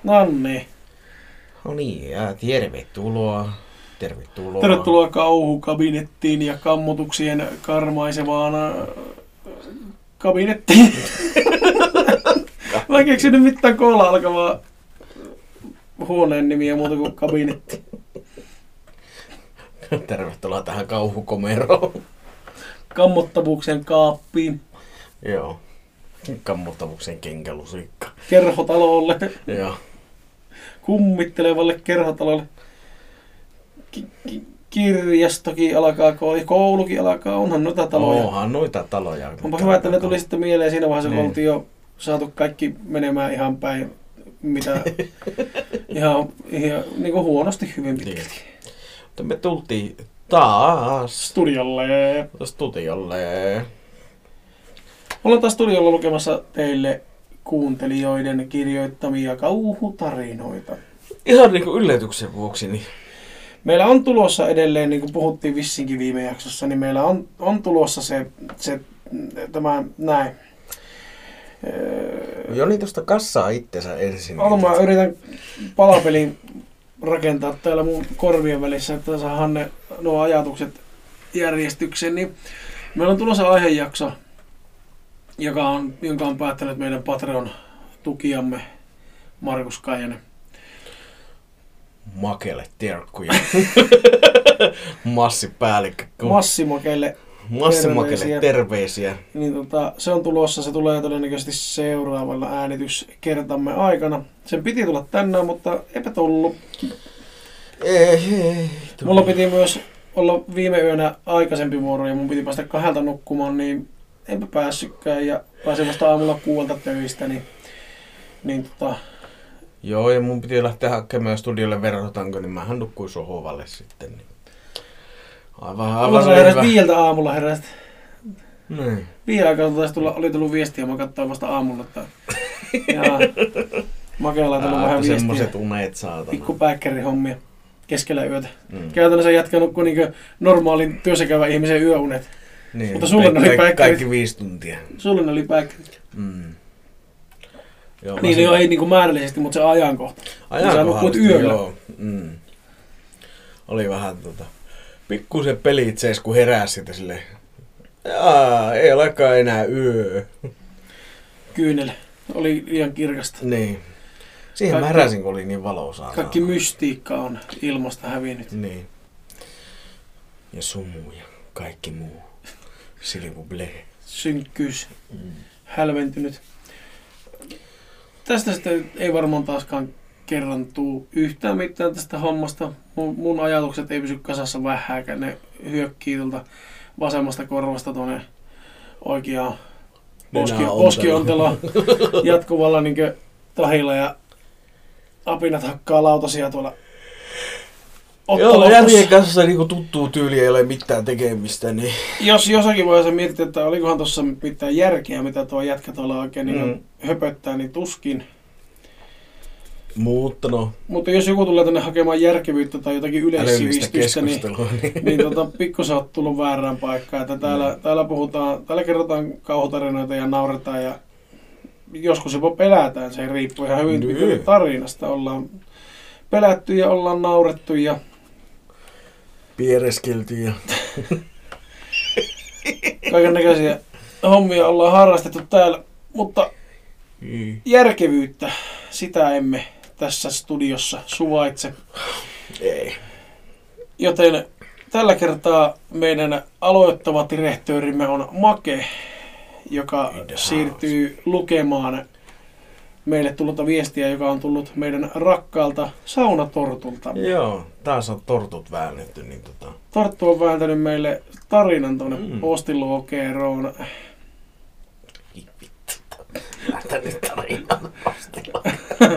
Nonni. No niin, ja tervetuloa. Tervetuloa kauhukabinettiin ja kammotuksien karmaisevaan kabinettiin. Mä en keksinyt mitään koolla alkavaa huoneen nimiä muuta kuin kabinetti. Tervetuloa tähän kauhukomeroon. Kammottavuuksien kaappiin. Joo. Kammottavuuksien kenkälusikka. Kerhotalolle. Joo. Kummittelevalle kerhotalolle. Kirjastokin alkaa, koulukin alkaa, onhan noita taloja. Onhan noita taloja. Onpa hyvä, että ne tuli sitten mieleen siinä vaiheessa, kun oltiin jo saatu kaikki menemään ihan päin, mitä ihan niin kuin huonosti hyvin pitkälti. Mutta me tultiin taas Studiolle. Ollaan taas studiolla lukemassa teille kuuntelijoiden kirjoittamia kauhutarinoita. ihan niinku yllätyksen vuoksi, niin Meillä on tulossa edelleen, niin kuin puhuttiin vissinkin viime jaksossa, niin meillä on tulossa tämä näin. Joni tuosta kassaa itsensä ensin. Mä yritän palapelin rakentaa täällä mun korvien välissä, että saadaan nuo ajatukset järjestykseen. Niin meillä on tulossa aihejakso, jonka on päättänyt meidän Patreon-tukijamme Markus Kaijanen. Makelle terkkuja. Massipäällikkö. Massimakelle Terveisiä. Niin se on tulossa, se tulee todennäköisesti seuraavalla äänityskertamme aikana. Sen piti tulla tänään, mutta eipä tullut. Ei. Mulla piti myös olla viime yönä aikaisempi vuoro ja mun piti päästä 2 nukkumaan, niin enpä päässytkään ja pääsin vasta aamulla 6 töistä, niin Joo, ja mun piti lähteä hakemaan studiolle verhotanko, niin mähän nukkuin sohvalle sitten. Niin. Aivan sä heräsit 5 aamulla heräsit. Niin. 5 aikaa oli tullut viestiä, mä katsoin vasta aamulla, että Makella on tullut vähän viestiä. Semmoset unet saatana. Pikku päikkärihommia keskellä yötä. Käytännössä jätkä nukkui niin normaalin työssäkäyvän ihmisen yöunet. Niin, mutta sulle oli päikkärit. Kaikki 5 tuntia. Sulle oli päikkärit. Joo, niin jo ei niinku määrällisesti, mutta se ajankohta. Sä nukkuit yöllä. Joo. Oli vähän pikkusen pelit seis, kun heräsi sitä silleen. Ei olekaan enää yö. Kyynel. Oli liian kirkasta. Niin. Siihen mä heräsin, kun oli niin valoisaa. Kaikki mystiikka on ilmasta hävinnyt. Niin. Ja sumu ja kaikki muu. Silvuble. Synkkyys. Hälventynyt. Tästä sitten ei varmaan taaskaan kerran tuu yhtään mitään tästä hommasta. Mun ajatukset ei pysy kasassa vähääkään. Ne hyökkii tuolta vasemmasta korvasta tuonne oikeaan poskionteloon jatkuvalla niinkö tahilla ja apinat hakkaa lautasia tuolla Joo, järjen kanssa niinku tuttuu tyyli ei ole mitään tekemistä. Niin. Jos jossakin vaiheessa mietit, että olikohan tuossa mitään järkeä, mitä tuo jätkä tuolla oikein niin höpöttää, niin tuskin. Mutta jos joku tulee tänne hakemaan järkevyyttä tai jotakin yleissivistystä, niin pikkusen oot tullut väärään paikkaan. Että täällä kerrotaan kauhutarinoita ja nauretaan ja joskus jopa pelätään. Se riippuu ihan hyvin tarinasta. Ollaan pelätty ja ollaan naurettu ja piereskelty ja kaikennäköisiä hommia ollaan harrastettu täällä, mutta järkevyyttä, sitä emme tässä studiossa suvaitse. Ei. Joten tällä kertaa meidän aloittava direktöörimme on Make, joka siirtyy lukemaan meille tullutta viestiä, joka on tullut meidän rakkaalta saunatortulta. Joo, taas on tortut väännetty. Niin Torttu on vääntänyt meille tarinan tuonne postilokeroon. Vääntänyt tarinan postilla.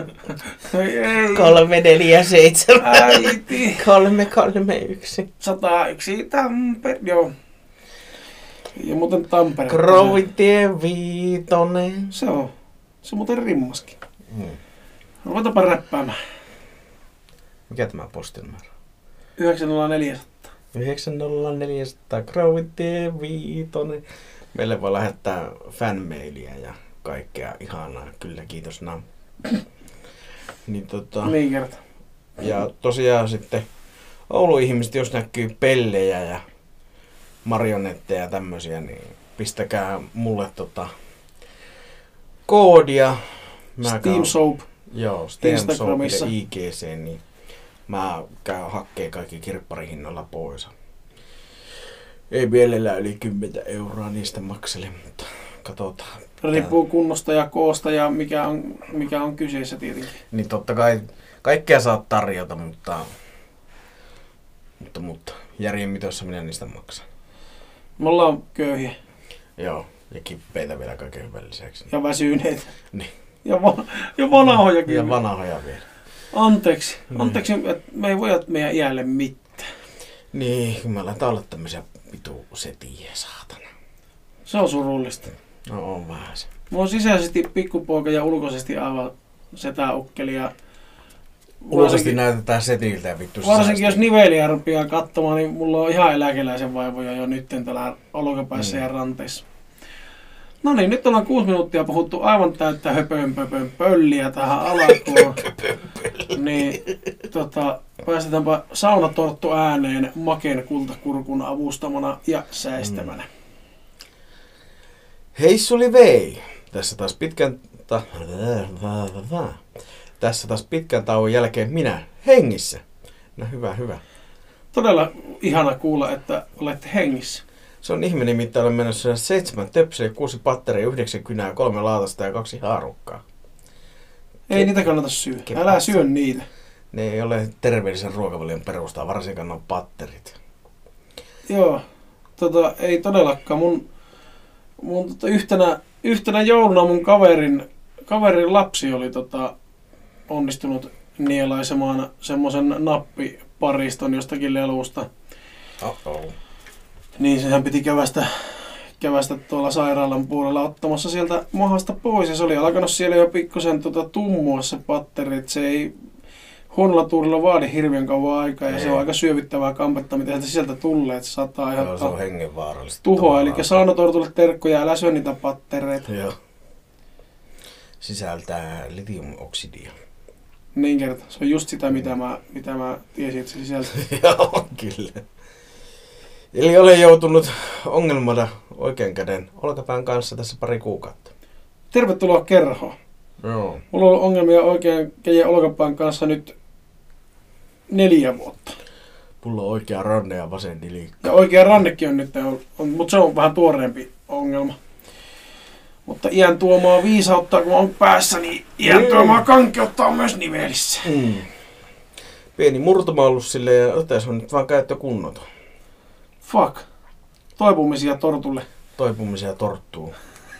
3, 4, 7. Äiti. 3, 3, 1. 101 Tampere. Joo. Ja muuten Tampere. Krouvitie 5. Se on. Se muuten rimmaskin. Ruvetaanpa räppäämään. Mikä tämä postinumero? 90400. 90400 Krouvitie 5. Meille voi lähettää fanmailia ja kaikkea ihanaa. Kyllä, kiitos Niin kerta. Ja tosiaan sitten Oulun ihmiset, jos näkyy pellejä ja marionetteja ja tämmösiä, niin pistäkää mulle koodia. Steam Soap. Joo, Steam Soap ja IGC, niin mä käyn hakkeen kaikki kirpparihinnalla pois. Ei mielellään yli 10 € niistä maksele, mutta katsotaan. Riippuu kunnosta ja koosta ja mikä on kyseessä tietenkin. Niin totta kai kaikkea saat tarjota, mutta järjen mitossa minä niistä maksan. Me ollaan köyhiä. Joo, ja kippeitä vielä kaiken hyvän lisäksi. Ja väsyneitä. Niin. Ja vanhojakin. Ja vanhoja vielä. Anteeksi, että me ei voi meidän iälle mitään. Niin, mä aletaan olla tämmöisiä vitu setiä, saatana. Se on surullista. No on vähän se. Mä oon sisäisesti pikkupoika ja ulkoisesti aivan setäukkeli. Ulkoisesti näytetään setiltä ja vittu sisäisesti. Varsinkin jos niveliä rupeaa katsomaan, niin mulla on ihan eläkeläisen vaivoja jo nytten täällä olkapäissä ja ranteissa. No niin, nyt ollaan 6 minuuttia puhuttu aivan täyttä höpönpöpön pölliä tähän alkuun. Niin, päästetäänpä saunatorttu ääneen Maken kultakurkun avustamana ja säistämänä. Heissuli vei. Tässä taas pitkän tauon jälkeen minä hengissä. No hyvä. Todella ihana kuulla, että olette hengissä. Se on ihme, nimittäin olen menossa 7 töpsejä, 6 patteria, 9 kynää, 3 laatasta ja 2 haarukkaa. Ei niitä kannata syödä. Älä syö niitä. Ne ei ole terveellisen ruokavalion perustaa, varsinkaan nuo patterit. Joo, ei todellakaan. Mun yhtenä jouluna mun kaverin lapsi oli onnistunut nielaisemaan semmoisen nappipariston jostakin lelusta. Niin sehän piti kävästä tuolla sairaalan puolella ottamassa sieltä mahasta pois. Ja se oli alkanut siellä jo pikkusen tummua se patteri. Et se ei huonolla tuurilla vaadi hirveän kauan aikaa. Ja se on aika syövyttävää kampetta, mitä sieltä tulee. Että se saattaa aiheuttaa se on hengenvaarallista tuhoa. Eli saunatortulle terkkoja, älä syö niitä pattereita. Joo. Sisältää litiumoksidia. Niin kerta. Se on just sitä, mitä mä tiesin, että se sisältää. Joo, kyllä. Eli olen joutunut ongelmada oikean käden olkapään kanssa tässä pari kuukautta. Tervetuloa kerhoon. Joo. Mulla on ollut ongelmia oikean käden olkapään kanssa nyt 4 vuotta. Mulla on oikea ranne ja vasen nilikka. Ja oikea rannekin on nyt, mutta se on vähän tuoreempi ongelma. Mutta iän tuomaa viisautta, kun on päässä, niin iän tuomaa kankeutta on myös nivelissä. Pieni murtuma ollut silleen, ja otais on nyt vaan käyttökunnoton. Fuck. Toipumisia tortulle. Toipumisia torttuu.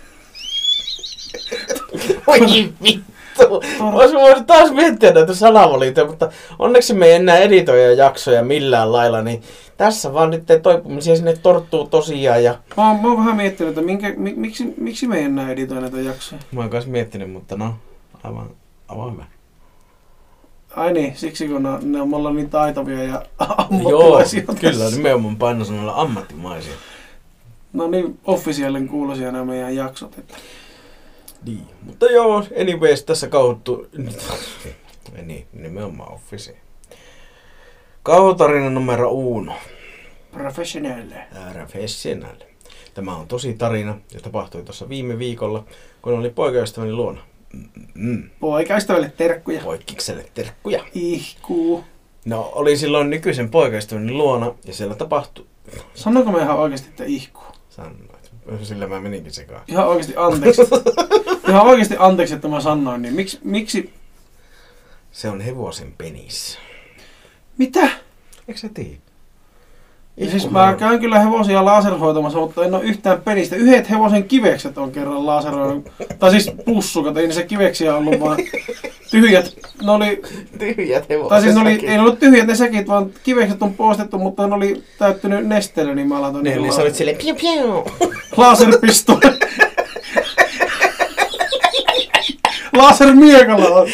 Oi vittu. Voisi taas miettiä näitä sanavaliitoja, mutta onneksi me ei enää editoja jaksoja millään lailla, niin tässä vaan nyt toipumisia sinne torttuu tosiaan. Ja mä oon vähän miettinyt, että miksi me ei enää editoja näitä jaksoja. Mä oon kanssa miettinyt, mutta no, aivan hyvä. Ai niin, siksi kun me ollaan niin taitavia ja ammattilaisia. Joo, kyllä, nimenomaan painosanalla ammattimaisia. No niin, officiaalin kuulosia nämä meidän jaksot. Että. Niin, mutta joo, anyways, tässä kauhuttu. Niin, nimenomaan official. Kauhutarina numero 1. Professional. Tämä on tosi tarina ja tapahtui tuossa viime viikolla, kun oli poikaystäväni luona. Poikaystävälle terkkuja. Poikikselle terkkuja. Ihkuu. No, oli silloin nykyisen poikaystäväni luona ja siellä tapahtui. Sanoinko mä ihan oikeasti, että ihkuu? Sanoit. Sillä mä meninkin sekaan. Ihan oikeasti anteeksi. Ihan oikeasti anteeksi, että mä sanoin niin. Miksi? Se on hevosen penis. Mitä? Eikö sä tiedä? Siis mä käyn kyllä hevosia laserhoitamassa, mutta en ole yhtään penistä. Yhdet hevosen kivekset on kerran laseroinut. Tai siis pussukat, ei niissä kiveksiä ollut vaan tyhjät. Ne oli tyhjät hevosen tai siis ei ne ollut tyhjät ne säkit, vaan kivekset on poistettu, mutta ne oli täyttynyt nesteellä, niin mä aloitan niin sä olit silleen piu piu. Laserpistooli. Lasermiekalla.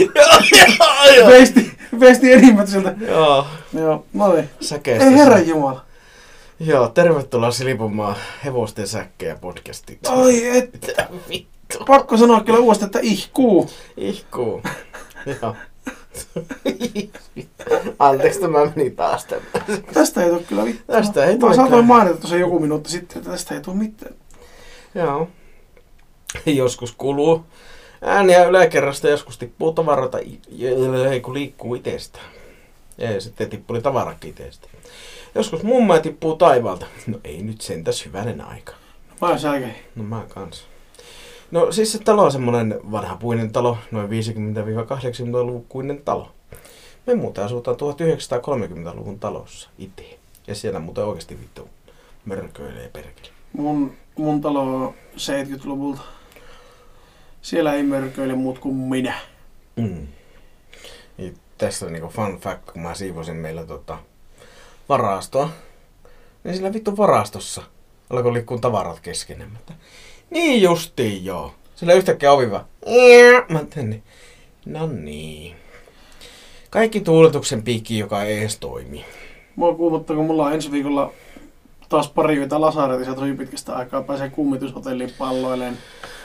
Veisti enimmät sieltä. Joo. No niin. Säkeistä. Ei herranjumala. Joo, tervetuloa silpumaan hevosten säkkejä podcastiin. Ai et. Vittu. Pakko sanoa kyllä uudestaan, että ihkuu. Ihkuu. Joo. Anteeksi, tämä meni taas Tästä ei tule kyllä vittua. Tästä ei tule. Mä saatoin mainita tuossa joku minuutti sitten, että tästä ei tule mitään. Joo. Joskus kuluu ääniä yläkerrasta, joskus tippuu tavaroita, kun liikkuu itsestään. Ja sitten tippui tavarakin itsestä. Joskus mumma tippuu taivaalta. No ei nyt sentäs hyvänen aika. Mä oon säkein. No mä kans. No siis se talo on semmonen vanhapuinen talo, noin 50-80-lukuinen talo. Me muuten asutaan 1930-luvun talossa itse. Ja siellä muuten oikeesti vittu mörköilee perkele. Mun talo on 70-luvulta. Siellä ei mörköile muut kuin minä. Tässä on niinku fun fact, kun mä siivosin meillä varastoa. Niin sillä vittu varastossa alkoi liikkua tavarat keskenemättä. Niin justiin joo. Sillä yhtäkkiä ovi vaan. Mä ajattelin, no niin. Kaikki tuuletuksen piikki, joka ei edes toimi. Mua kuumottaa, kun mulla on ensi viikolla taas pari yötä lasaretissa tosi pitkästä aikaa. Pääsee kummitushotelliin palloileen.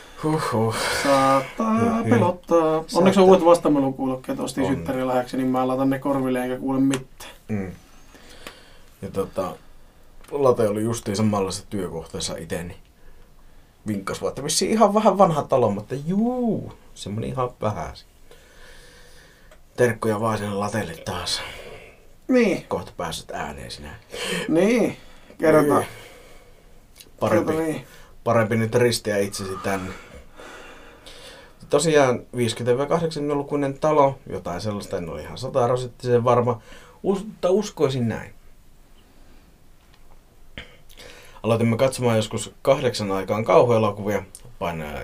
Saattaa pelottaa. Onneksi on uudet vastamelukuulokkeet. Ostin syttäriä läheksi, niin mä laitan ne korville enkä kuule mitään. Ja Late oli justiin samanlaisessa työkohteessa itse, niin vinkkas vaan, että vissiin ihan vähän vanha talo, mutta juu, semmonen ihan vähäsi. Terkkuja vaan sinne Latelle taas. Niin. Kohta pääset ääneen sinä. Niin, kerrotaan. Parempi nyt ristiä itsesi tänne. Tosiaan 50-80-lukuinen talo, jotain sellaista, en ole ihan 100% varma, mutta uskoisin näin. Aloitimme katsomaan joskus 8 aikaan kauhuelokuvia painaa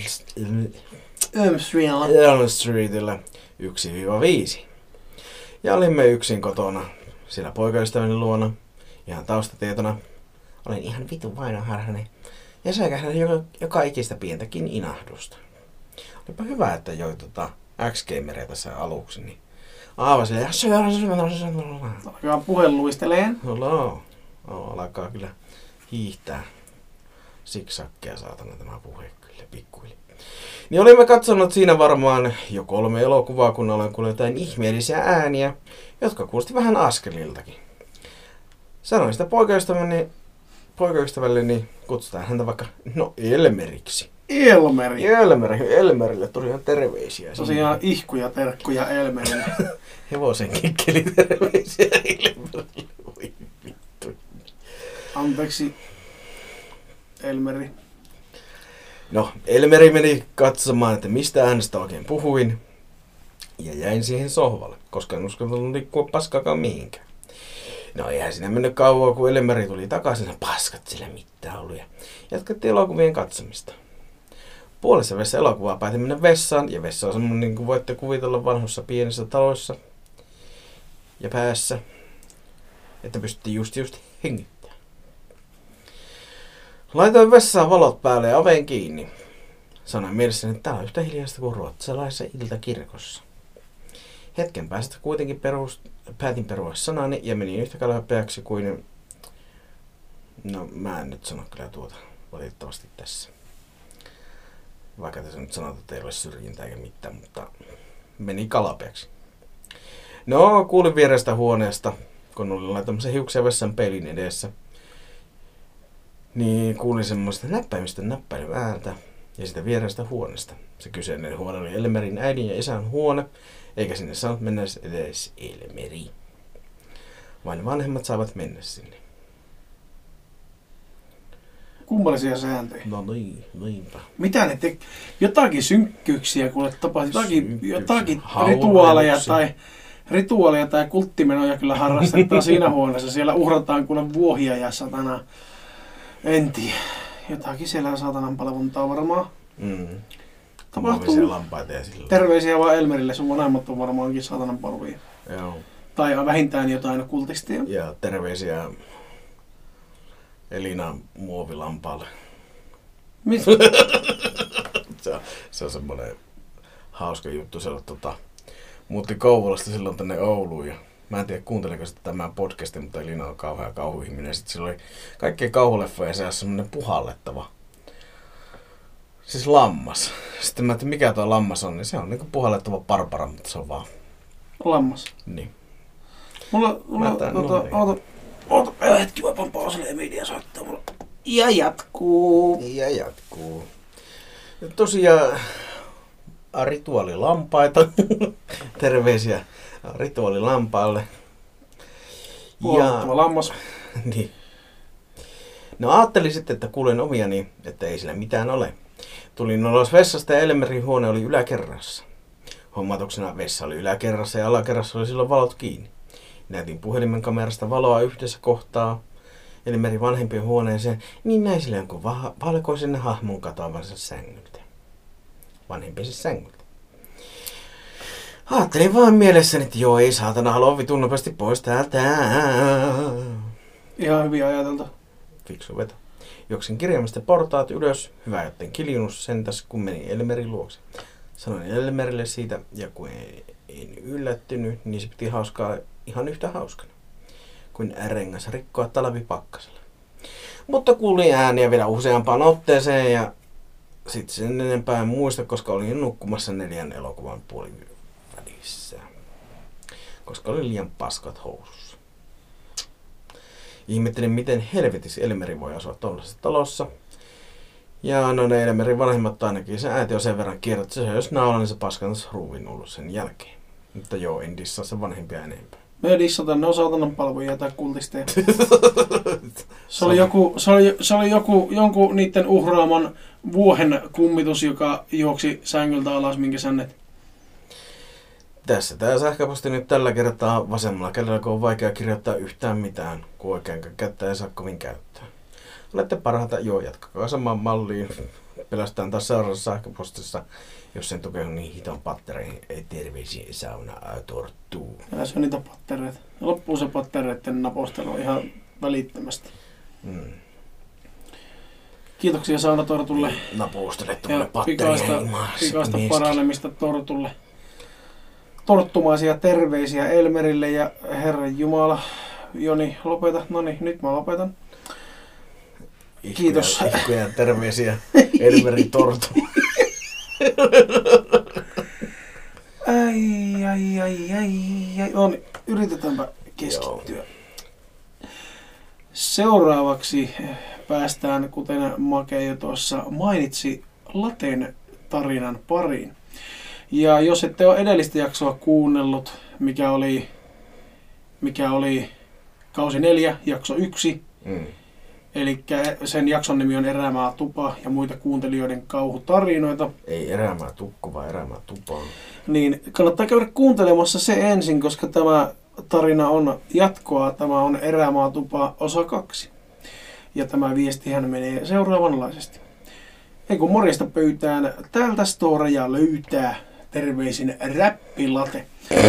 Elm Streetillä 1-5. Ja olimme yksin kotona, siellä poikaystäväni luona, ihan taustatietona. Olin ihan vitun vainoharhainen ja säikähdin joka ikistä pientäkin inahdusta. Olipa hyvä, että joi X-gameria tässä aluksi, niin aivan silleen alkaa puheluisteleen. No, alkaa kyllä hiihtää siksakkeja saatana tämä puhe kyllä pikkuili. Niin olimme katsonut siinä varmaan jo 3 elokuvaa, kun olen kuullut jotain ihmeellisiä ääniä, jotka kuulosti vähän askeliltakin. Sanoin sitä poikaystävälleni, kutsutaan häntä vaikka, Elmeriksi. Elmerille tosiaan terveisiä. Tosiaan ihkuja, terkkuja Elmerille. Hevosen kikkeli terveisiä Elmerille. Voi vittu. Anteeksi, Elmeri. No, Elmeri meni katsomaan, että mistä äänestä oikein puhuin. Ja jäin siihen sohvalle, koska en uskaltanut liikkua paskakaan mihinkään. No eihän siinä mennyt kauan, kun Elmeri tuli takaisin ja paskat sillä mitään ollut. Ja jatkettiin elokuvien katsomista. Puolessa välissä elokuvaa päätin mennä vessaan. Ja vessa on semmoinen, niin kuin voitte kuvitella vanhoissa pienissä taloissa ja päässä, että pystyttiin just hengittämään. Laitoin vessaan valot päälle ja oven kiinni. Sanoin mielessäni, että tää on yhtä hiljaista kuin ruotsalaisessa iltakirkossa. Hetken päästä kuitenkin päätin perua sanani ja menin yhtä kalpeaksi kuin... No, mä en nyt sano kyllä tuota valitettavasti tässä. Vaikka tässä nyt sanotaan, että ei ole syrjintää eikä mitään, mutta meni kalapeaksi. No, kuulin vierestä huoneesta, kun olin laittamassa hiuksia vessan peilin edessä. Niin kuulin semmoista näppäilyn ääntä ja sitä vierestä huoneesta. Se kyseinen huone oli Elmerin äidin ja isän huone, eikä sinne saanut mennä edes Elmeri. Vain vanhemmat saavat mennä sinne. Kummallisia sääntöjä. No niin, niinpä. Mitä ne jotakin synkkyyksiä, kuule tapahtui, jotakin rituaaleja tai kulttimenoja kyllä harrastetaan siinä huoneessa. Siellä uhrataan kuule vuohia ja satana. En tiedä. Jotakin siellä satanan palvontaa varmaan. Tapahtuu. Lampaita ja sillä. Terveisiä vaan Elmerille, sun vanhemmat on varmaankin satanan palvia. Joo. Tai vähintään jotain kultistia. Ja terveisiä Elina muovilampaalle. Mitä? se on semmoinen hauska juttu. Se on, muutti Kouvolasta silloin tänne Ouluun. Ja mä en tiedä kuunteliko sitä tämän podcastin, mutta Elina on kauhea kauhuihminen. Sitten sillä oli kaikkien kauhuleffojen seassa semmoinen puhallettava. Siis lammas. Sitten mä ajattelin, mikä tuo lammas on, niin se on niinku puhallettava Barbara, mutta se on vaan Lammas. Niin. Mulla oota hetki, mä pan pauselle ja media soittaa mulla. Ja jatkuu. Ja tosiaan rituaalilampaita. Terveisiä rituaalilampaalle. Puoluttava lammas. Niin. No ajattelin sitten, että kuulen omiani, että ei sillä mitään ole. Tulin ulos vessasta ja Elmerin huone oli yläkerrassa. Hommatuksena vessa oli yläkerrassa ja alakerrassa oli silloin valot kiinni. Näytin puhelimen kamerasta valoa yhdessä kohtaa Elmerin vanhempien huoneeseen, niin näin sillä jonkun valkoisen hahmon katoavansa sängyltä. Vanhempiensa sängyltä. Ajattelin vaan mielessäni, että joo, ei saatana, halua vitun nopeasti pois täältä. Ihan hyvin ajateltu. Fiksu veto. Juoksin kirjaimista portaat ylös, hyvä jotten kiljunut sentäs, kun meni Elmerin luokse. Sanoin Elmerille siitä, ja kun en yllättynyt, niin se piti hauskaa ihan yhtä hauskana kuin rengas rikkoa talvipakkasella. Mutta kuulin ääniä vielä useampaan otteeseen, ja sitten sen enempää en muista, koska olin nukkumassa 4 elokuvan puolin välissä. Koska oli liian paskat housussa. Ihmettelin, miten helvetissä Elmeri voi asua tuollaisessa talossa. Ja no ne Elmerin vanhemmat ainakin, se äiti on sen verran kierrot, että se jos naulansa paskansa ruuvin ulos sen jälkeen. Mutta joo, en dissaa sen vanhempia enempää. Me dissataan, ne on saatanan palvojia tai kultisteja. Se oli jonkun niiden uhraaman vuohen kummitus, joka juoksi sängyltä alas, minkä sännet. Tässä tää sähköposti nyt tällä kertaa vasemmalla kädellä, kun on vaikea kirjoittaa yhtään mitään, kun oikein kättä ei saa kovin käyttää. Olette parhaita, joo, jatkakaa samaan malliin. Pelästään taas seuraavassa sähköpostissa, jos sen tukee niin hiton pattereihin. Ei terveisiä, sauna torttuu. Ja se on niitä pattereita. Loppuu se pattereiden napostelu ihan välittömästi. Kiitoksia saunatortulle. Napostele tuolle pattereihin. Pikaista paranemista tortulle. Torttumaisia terveisiä Elmerille ja Herran Jumala. Joni, lopeta. Noniin, nyt mä lopetan. Kiitos. Ihkuja terveisiä Elmerin tortu. Ai. No niin, yritetäänpä keskittyä. Joo. Seuraavaksi päästään, kuten Make jo tuossa mainitsi, Laten tarinan pariin. Ja jos ette ole edellistä jaksoa kuunnellut, mikä oli kausi 4, jakso 1, eli sen jakson nimi on Erämaa tupa ja muita kuuntelijoiden kauhutarinoita. Ei Erämaa tukku, vaan Erämaa tupa. Niin kannattaa käydä kuuntelemassa se ensin, koska tämä tarina on jatkoa. Tämä on Erämaa tupa osa 2. Ja tämä viestihän menee seuraavanlaisesti. Ei kun morjesta pöytään, täältä storeja löytää. Terveisin Räppilate.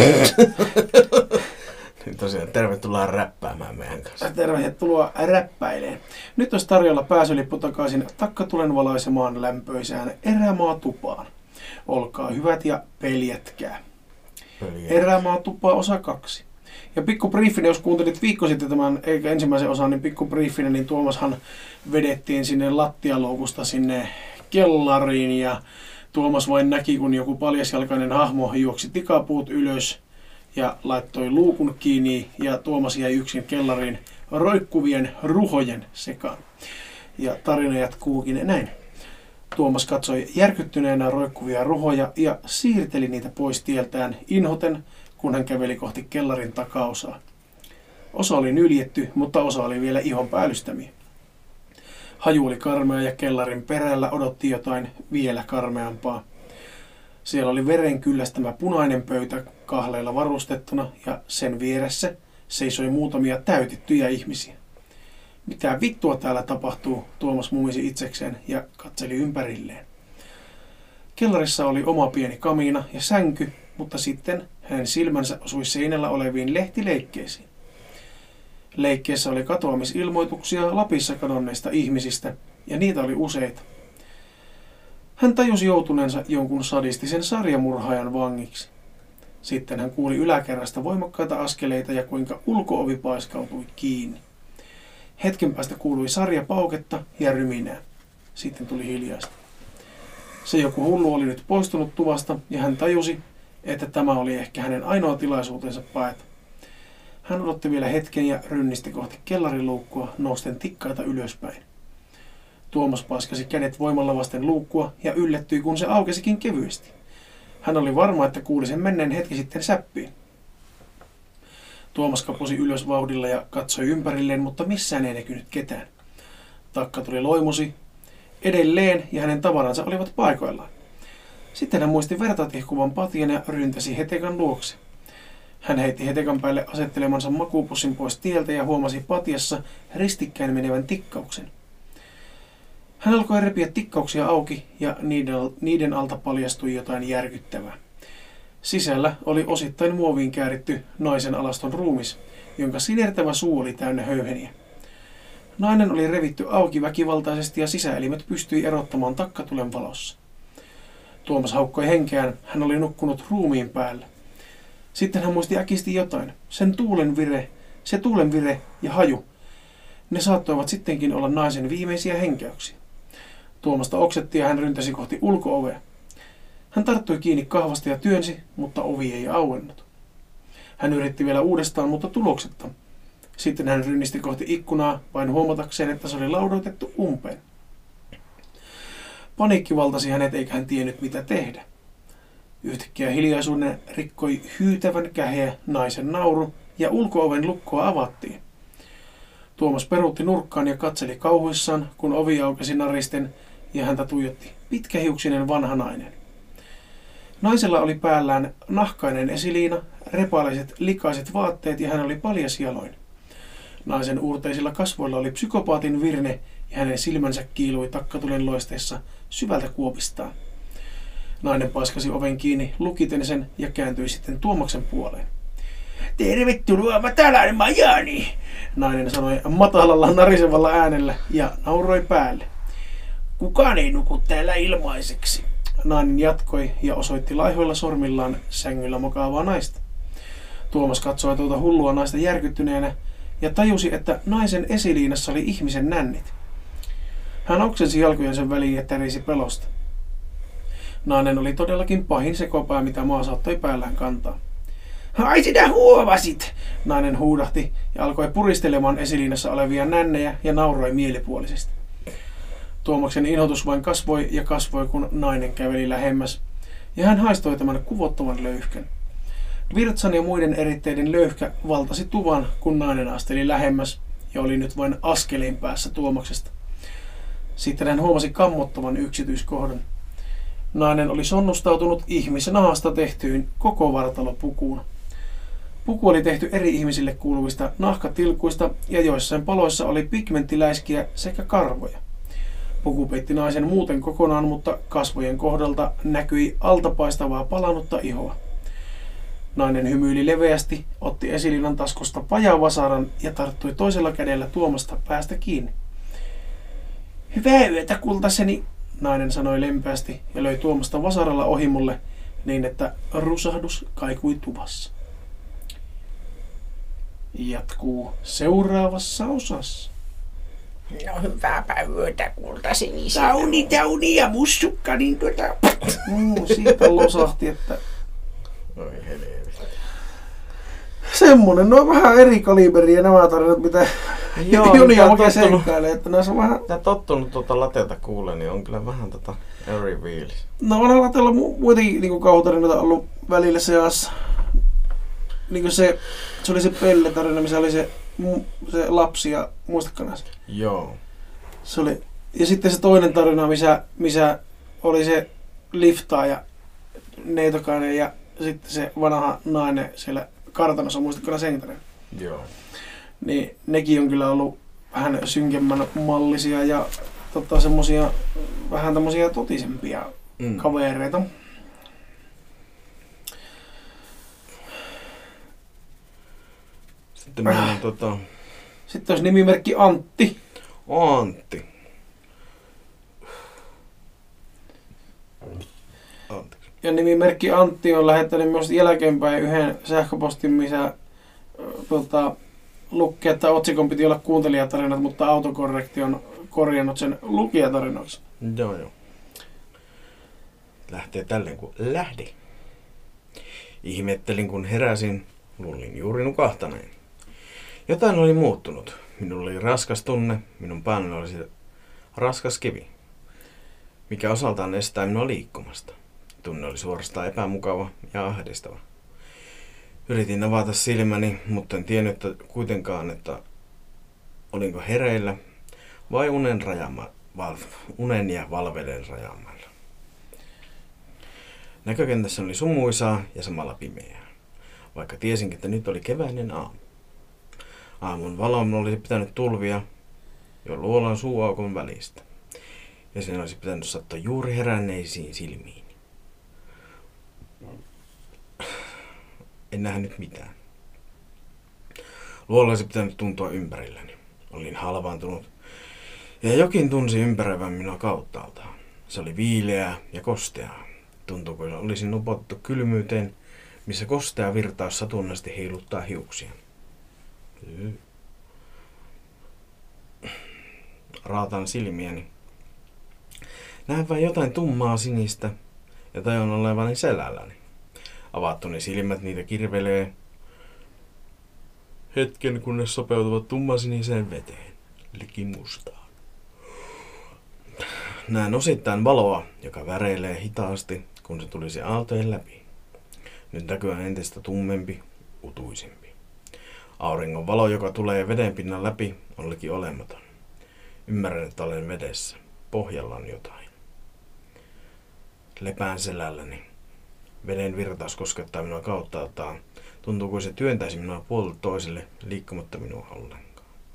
Tosiaan, tervetuloa räppäämään meidän kanssa. Tervetuloa räppäileen. Nyt olisi tarjolla pääsylippu takaisin takkatulen valaisemaan lämpöisään Erämaa tupaan. Olkaa hyvät ja peljätkää. Erämaa tupaa osa 2. Ja pikku briefinen, jos kuuntelit viikko sitten tämän, eikä ensimmäisen osan, niin pikku briefinen, niin Tuomashan vedettiin sinne lattialoukusta sinne kellariin ja Tuomas vain näki, kun joku paljasjalkainen hahmo juoksi tikapuut ylös ja laittoi luukun kiinni ja Tuomas jäi yksin kellariin roikkuvien ruhojen sekaan. Ja tarina jatkuukin näin. Tuomas katsoi järkyttyneenä roikkuvia ruhoja ja siirteli niitä pois tieltään inhoten, kun hän käveli kohti kellarin takaosaa. Osa oli nyljetty, mutta osa oli vielä ihon päällystämiä. Haju oli karmea ja kellarin perällä odotti jotain vielä karmeampaa. Siellä oli veren kyllästämä punainen pöytä kahleilla varustettuna ja sen vieressä seisoi muutamia täytettyjä ihmisiä. Mitä vittua täällä tapahtuu, Tuomas mumisi itsekseen ja katseli ympärilleen. Kellarissa oli oma pieni kamiina ja sänky, mutta sitten hänen silmänsä osui seinällä oleviin lehtileikkeisiin. Leikkeissä oli katoamisilmoituksia Lapissa kadonneista ihmisistä, ja niitä oli useita. Hän tajusi joutuneensa jonkun sadistisen sarjamurhaajan vangiksi. Sitten hän kuuli yläkerrasta voimakkaita askeleita ja kuinka ulko-ovi paiskautui kiinni. Hetken päästä kuului sarjapauketta ja ryminää. Sitten tuli hiljaista. Se joku hullu oli nyt poistunut tuvasta ja hän tajusi, että tämä oli ehkä hänen ainoa tilaisuutensa paeta. Hän odotti vielä hetken ja rynnisti kohti kellariluukkua nousten tikkaita ylöspäin. Tuomas paiskasi kädet voimalla vasten luukkua ja yllättyi, kun se aukesikin kevyesti. Hän oli varma, että kuuli sen menneen hetki sitten säppiin. Tuomas kapusi ylös vauhdilla ja katsoi ympärilleen, mutta missään ei näkynyt ketään. Takka tuli loimusi edelleen ja hänen tavaransa olivat paikoillaan. Sitten hän muisti vertatihkuvan patjan ja ryntäsi Hetekan luokse. Hän heitti Hetekan päälle asettelemansa makuupussin pois tieltä ja huomasi patjassa ristikkäin menevän tikkauksen. Hän alkoi repiä tikkauksia auki ja niiden alta paljastui jotain järkyttävää. Sisällä oli osittain muoviin kääritty naisen alaston ruumis, jonka sinertävä suu oli täynnä höyheniä. Nainen oli revitty auki väkivaltaisesti ja sisäelimet pystyi erottamaan takkatulen valossa. Tuomas haukkoi henkeään, hän oli nukkunut ruumiin päällä. Sitten hän muisti äkisti jotain. Se tuulen vire ja haju. Ne saattoivat sittenkin olla naisen viimeisiä henkäyksiä. Tuomasta oksetti ja hän ryntäsi kohti ulko-ovea. Hän tarttui kiinni kahvasta ja työnsi, mutta ovi ei auennut. Hän yritti vielä uudestaan, mutta tuloksetta. Sitten hän rynnisti kohti ikkunaa, vain huomatakseen, että se oli laudoitettu umpeen. Paniikki valtasi hänet, eikä hän tiennyt mitä tehdä. Yhtäkkiä hiljaisuuden rikkoi hyytävän käheä naisen nauru ja ulko-oven lukkoa avattiin. Tuomas peruutti nurkkaan ja katseli kauhuissaan, kun ovi aukesi naristen ja häntä tuijotti pitkähiuksinen vanha nainen. Naisella oli päällään nahkainen esiliina, repaiset likaiset vaatteet ja hän oli paljasjaloin. Naisen uurteisilla kasvoilla oli psykopaatin virne ja hänen silmänsä kiilui takkatulen loisteessa syvältä kuopistaan. Nainen paiskasi oven kiinni, lukiten sen ja kääntyi sitten Tuomaksen puoleen. Tervetuloa matalan majani, nainen sanoi matalalla narisevalla äänellä ja nauroi päälle. Kukaan ei nuku täällä ilmaiseksi. Nainen jatkoi ja osoitti laihoilla sormillaan sängyllä makaavaa naista. Tuomas katsoi tuota hullua naista järkyttyneenä ja tajusi, että naisen esiliinassa oli ihmisen nännit. Hän oksensi jalkojensa väliin ja tärisi pelosta. Nainen oli todellakin pahin sekopää, mitä maa saattoi päällään kantaa. Ai sinä huomasit, nainen huudahti ja alkoi puristelemaan esiliinassa olevia nännejä ja nauroi mielipuolisesti. Tuomaksen inhotus vain kasvoi ja kasvoi, kun nainen käveli lähemmäs, ja hän haistoi tämän kuvottavan löyhkän. Virtsan ja muiden eritteiden löyhkä valtasi tuvan, kun nainen asteli lähemmäs ja oli nyt vain askeleen päässä Tuomaksesta. Sitten hän huomasi kammottavan yksityiskohdan. Nainen oli sonnustautunut ihmisnahasta tehtyyn koko vartalopukuun. Puku oli tehty eri ihmisille kuuluvista nahkatilkuista ja joissain paloissa oli pigmenttiläiskiä sekä karvoja. Puku peitti naisen muuten kokonaan, mutta kasvojen kohdalta näkyi altapaistavaa palanutta ihoa. Nainen hymyili leveästi, otti esiliinan taskusta pajavasaran ja tarttui toisella kädellä Tuomasta päästä kiinni. Hyvää yötä, kultaseni, nainen sanoi lempeästi ja löi Tuomasta vasaralla ohimulle niin, että rusahdus kaikui tuvassa. Jatkuu seuraavassa osassa. No hyvääpä yötä, kultaseni. Tauni ja mussukka, niin Siitä losahti, että Oi helvetti. semmonen, no vähän eri kaliberia nämä tarinat, mitä Joni oikein seikkailee, että näissä on vähän... Tää tottunut tuota lateelta kuulee, niin on kyllä vähän eri fiilis. No onhan latella muitakin niin kauhutarinoita ollut välillä seassa. Niin se oli se Pelle-tarina, missä oli se lapsi ja muistatko näissä? Joo. Se oli, ja sitten se toinen tarina, missä oli se liftaaja, neitokainen ja sitten se vanha nainen siellä kartanossa, muistatko sen tarinan? Joo. Niin nekin on kyllä ollut vähän synkemmän mallisia ja semmosia vähän tämmösiä totisempia kavereita. Sitten meillä on Sitten olisi nimimerkki Antti. Antti. Ja nimimerkki Antti on lähettänyt myös jälkeenpäin yhden sähköpostin, missä lukee, että otsikon piti olla kuuntelijatarinat, mutta autokorrekti on korjannut sen lukijatarinoiksi. Joo. Lähtee tälleen kuin lähde. Ihmettelin kun heräsin, luulin juuri nukahtaneen. Jotain oli muuttunut. Minulla oli raskas tunne, minun päällä oli raskas kivi, mikä osaltaan estää minua liikkumasta. Tunne oli suorastaan epämukava ja ahdistava. Yritin avata silmäni, mutta en tiennyt kuitenkaan, että olinko hereillä vai unen ja valveiden rajaamalla. Näkökentässä oli sumuisaa ja samalla pimeää, vaikka tiesinkin, että nyt oli keväinen aamu. Aamun valon olisi pitänyt tulvia jo luolan suuaukon välistä, ja sen olisi pitänyt sattua juuri heränneisiin silmiin. En nähnyt mitään. Luola olisi pitänyt tuntua ympärilläni. Olin halvaantunut, ja jokin tunsi ympäröivän minua kauttaaltaan. Se oli viileää ja kosteaa. Tuntui, kuin olisin upottu kylmyyteen, missä kostea virtaus satunnaisesti heiluttaa hiuksia. Raatan silmiäni. Näen vain jotain tummaa sinistä ja tajun olevani selälläni. Avattuni silmät niitä kirvelee hetken, kunnes sopeutuvat tummasiniseen veteen, liki mustaan. Näen osittain valoa, joka väreilee hitaasti, kun se tulisi aaltojen läpi. Nyt näkyy entistä tummempi, utuisempi. Auringon valo, joka tulee vedenpinnan läpi, on liki olematon. Ymmärrän, että olen vedessä. Pohjalla on jotain. Lepään selälläni. Veden virtaus koskettaa minua kauttaaltaan. Tuntuu kuin se työntäisi minua puolelta toiselle, liikkumatta minua ollenkaan.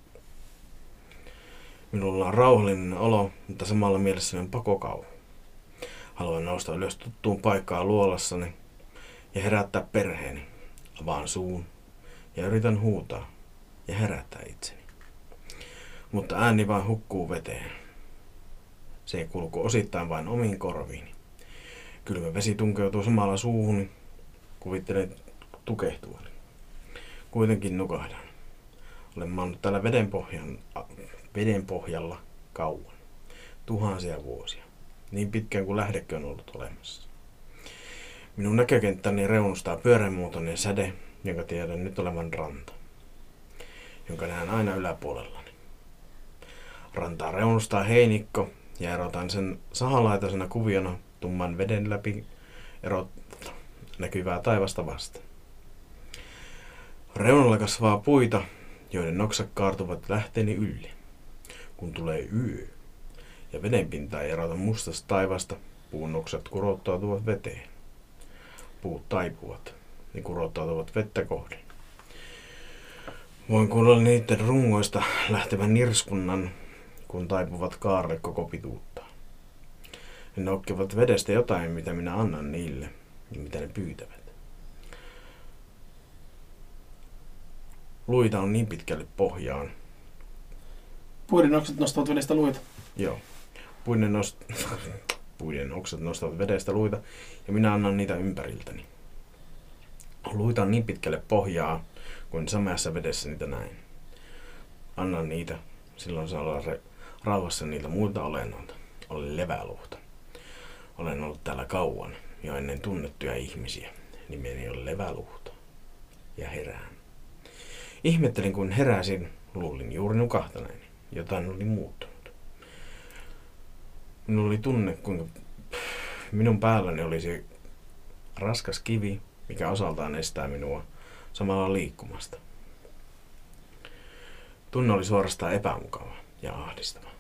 Minulla on rauhallinen olo, mutta samalla mielessäni on pakokauhu. Haluan nousta ylös tuttuun paikkaan luolassani ja herättää perheeni. Avaan suun ja yritän huutaa ja herättää itseni. Mutta ääni vain hukkuu veteen. Se ei kulku osittain vain omiin korviini. Kylmä vesi tunkeutuu samalla suuhuni. Kuvittelen tukehtuvani. Kuitenkin nukahdan. Olen maannut täällä veden pohjalla kauan. Tuhansia vuosia. Niin pitkään kuin lähdekin on ollut olemassa. Minun näkökenttäni reunustaa pyöreänmuotoinen säde, jonka tiedän nyt olevan ranta. Jonka näen aina yläpuolellani. Rantaa reunustaa heinikko ja erotan sen sahalaitaisena kuviona tumman veden läpi näkyvää taivasta vasten. Reunalla kasvaa puita, joiden noksat kaartuvat lähteeni ylle. Kun tulee yö ja vedenpinta ei erota mustasta taivasta, puun noksat kurottautuvat veteen. Puut taipuvat ja kurottautuvat vettä kohden. Voin kuulla niiden rungoista lähtevän nirskunnan, kun taipuvat kaarle koko pituutta. Ne noukkivat vedestä jotain, mitä minä annan niille ja mitä ne pyytävät. Luita on niin pitkälle pohjaan. Puiden oksat nostavat vedestä luita? Joo. Puiden oksat nostavat vedestä luita ja minä annan niitä ympäriltäni. Luita on niin pitkälle pohjaa, kuin sameassa vedessä niitä näin. Annan niitä, silloin saa olla rauhassa niiltä muilta olennoilta. Olen leväluhta. Olen ollut täällä kauan, jo ennen tunnettuja ihmisiä. Nimeni on leväluhta. Ja herään. Ihmettelin, kun heräsin, luulin juuri nukahtaneeni. Jotain oli muuttunut. Minulla oli tunne, kuinka minun päälläni olisi raskas kivi, mikä osaltaan estää minua samalla liikkumasta. Tunne oli suorastaan epämukava ja ahdistava.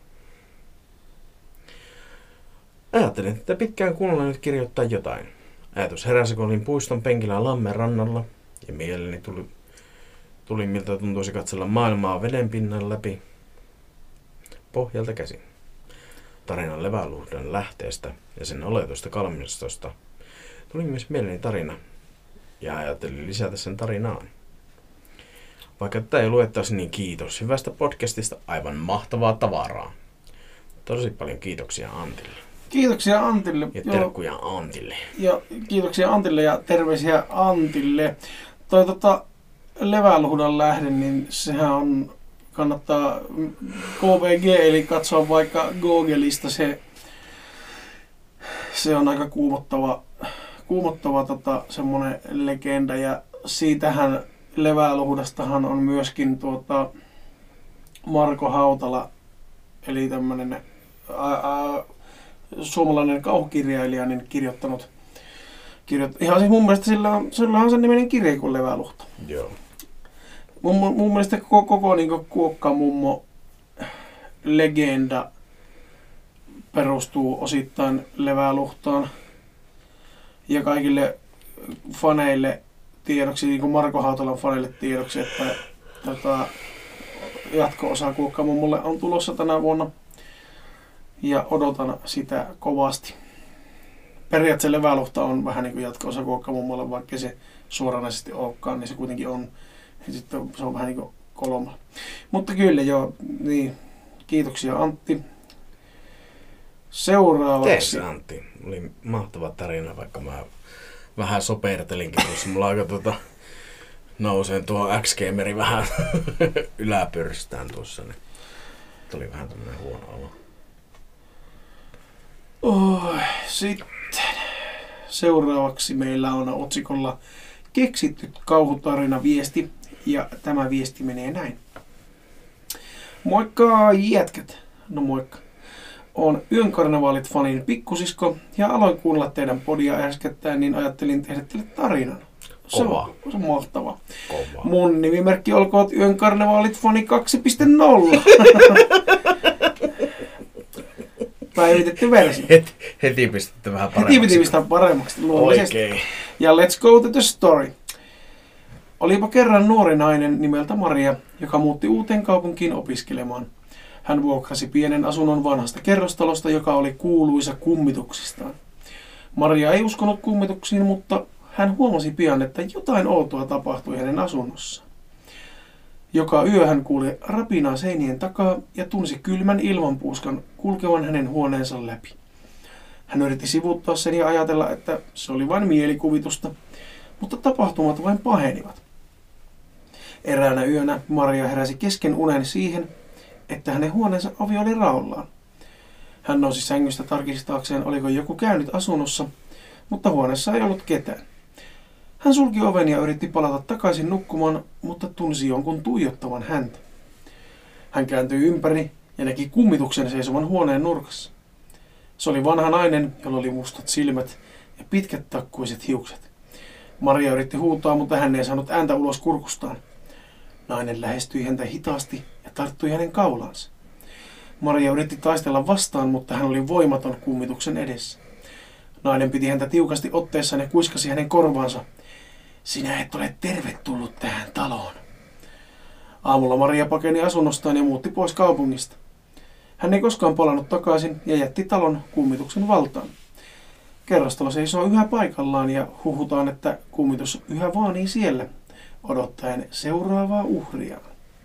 Ajattelin, että pitkään kuunnella nyt kirjoittaa jotain. Ajatus heräsi, kun olin puiston penkillä lammen rannalla ja mieleni tuli miltä tuntuisi katsella maailmaa vedenpinnan läpi pohjalta käsin. Tarinan leväluhdan lähteestä ja sen oletusta kalmistosta tuli myös mieleeni tarina ja ajattelin lisätä sen tarinaan. Vaikka tätä ei luettaisi, niin kiitos hyvästä podcastista, aivan mahtavaa tavaraa. Tosi paljon kiitoksia Antille. Kiitoksia Antille. Ja terkkuja Antille. Ja kiitoksia Antille ja terveisiä Antille. Leväluhdan lähde, niin sehän on, kannattaa KVG, eli katsoa vaikka Googlesta, se on aika kuumottava semmoinen legenda ja siitähän Leväluhdastahan on myöskin Marko Hautala, eli tämmöinen suomalainen kauhukirjailija, niin kirjoittanut. Ihan siis mun mielestä sillä on sen niminen kirja kuin Leväluhta. Joo. Mun mielestä koko niin Kuokkamummo legenda perustuu osittain Leväluhtaan. Ja kaikille faneille tiedoksi, niin kuin Marko Hautalan faneille tiedoksi, että jatko-osa Kuokkamummolle on tulossa tänä vuonna. Ja odotan sitä kovasti. Periaatteessa Leväluhta on vähän niin kuin jatko-osa Kuokkamummolle, vaikka se suoranaisesti olekaan, niin se kuitenkin on. Ja sitten se on vähän niin kuin kolmalla. Mutta kyllä joo, niin. Kiitoksia Antti. Seuraavaksi. Tees Antti. Oli mahtava tarina, vaikka mä vähän sopertelinkin tuossa. Mulla aika nouseen tuo X-Gameri vähän yläpyrstään tuossa. Niin tuli vähän tämmönen huono olo. Sitten seuraavaksi meillä on otsikolla keksitty kauhutarina viesti. Ja tämä viesti menee näin. Moikka jätkät. No moikka. Oon Yön karnevaalit-fanin pikkusisko ja aloin kuunnella teidän podia äskettäin, niin ajattelin tehdä teille tarinan. Se on mahtava. Kova. Mun nimimerkki olkoon Yön karnevaalit-fani 2.0. Päivitetty versio. Heti pistetty vähän paremmaksi. Heti piti pistää paremmaksi luonnollisesti. Oikein. Ja let's go to the story. Olipa kerran nuori nainen nimeltä Maria, joka muutti uuteen kaupunkiin opiskelemaan. Hän vuokrasi pienen asunnon vanhasta kerrostalosta, joka oli kuuluisa kummituksistaan. Maria ei uskonut kummituksiin, mutta hän huomasi pian, että jotain outoa tapahtui hänen asunnossaan. Joka yö hän kuuli rapinaa seinien takaa ja tunsi kylmän ilmanpuuskan kulkevan hänen huoneensa läpi. Hän yritti sivuuttaa sen ja ajatella, että se oli vain mielikuvitusta, mutta tapahtumat vain pahenivat. Eräänä yönä Maria heräsi kesken unen siihen, että hänen huoneensa ovi oli raollaan. Hän nousi sängystä tarkistaakseen, oliko joku käynyt asunnossa, mutta huoneessa ei ollut ketään. Hän sulki oven ja yritti palata takaisin nukkumaan, mutta tunsi jonkun tuijottavan häntä. Hän kääntyi ympäri ja näki kummituksen seisovan huoneen nurkassa. Se oli vanha nainen, jolla oli mustat silmät ja pitkät takkuiset hiukset. Maria yritti huutaa, mutta hän ei saanut ääntä ulos kurkustaan. Nainen lähestyi häntä hitaasti ja tarttui hänen kaulaansa. Maria yritti taistella vastaan, mutta hän oli voimaton kummituksen edessä. Nainen piti häntä tiukasti otteessaan ja kuiskasi hänen korvaansa. Sinä et ole tervetullut tähän taloon. Aamulla Maria pakeni asunnostaan ja muutti pois kaupungista. Hän ei koskaan palannut takaisin ja jätti talon kummituksen valtaan. Kerrostalo seisoo yhä paikallaan ja huhutaan, että kummitus yhä vaanii siellä, odottaen seuraavaa uhriaan.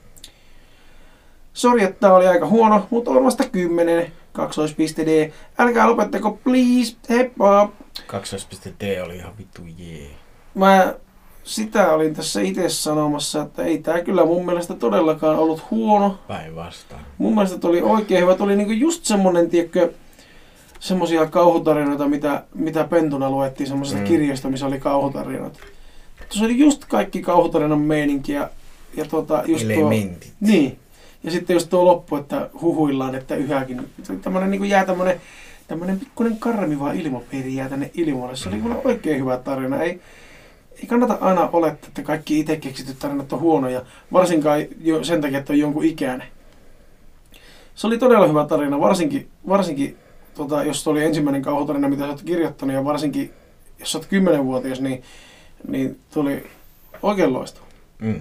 Sori, että tää oli aika huono, mutta on vasta 10. D. Älkää lopettako, please. Heippa. D oli ihan vittu jee. Mä sitä olin tässä itse sanomassa, että ei tää kyllä mun mielestä todellakaan ollut huono. Päinvastaan. Mun mielestä tuli oikein hyvä. Tuli niinku just semmonen, tiedätkö, semmosia kauhutarinoita, mitä pentuna luettiin semmoisesta kirjasta, missä oli kauhutarinoita. Se oli just kaikki kauhutarinan meininki ja just elementit. Niin. Ja sitten just tuo loppu, että huhuillaan, että yhäkin tämmönen niinku jää tämmönen pikkuinen karmiva ilmapiiri jää tänne ilmoille. Se oli kyllä oikein hyvä tarina. Ei kannata aina olettaa, että kaikki itse keksityt tarinat on huonoja, varsinkaan sen takia, että on jonkun ikäinen. Se oli todella hyvä tarina, varsinkin jos se oli ensimmäinen kauhutarina, mitä sä oot kirjoittanut, ja varsinkin jos sä oot 10-vuotias, niin tuli oikein loistava. Mm.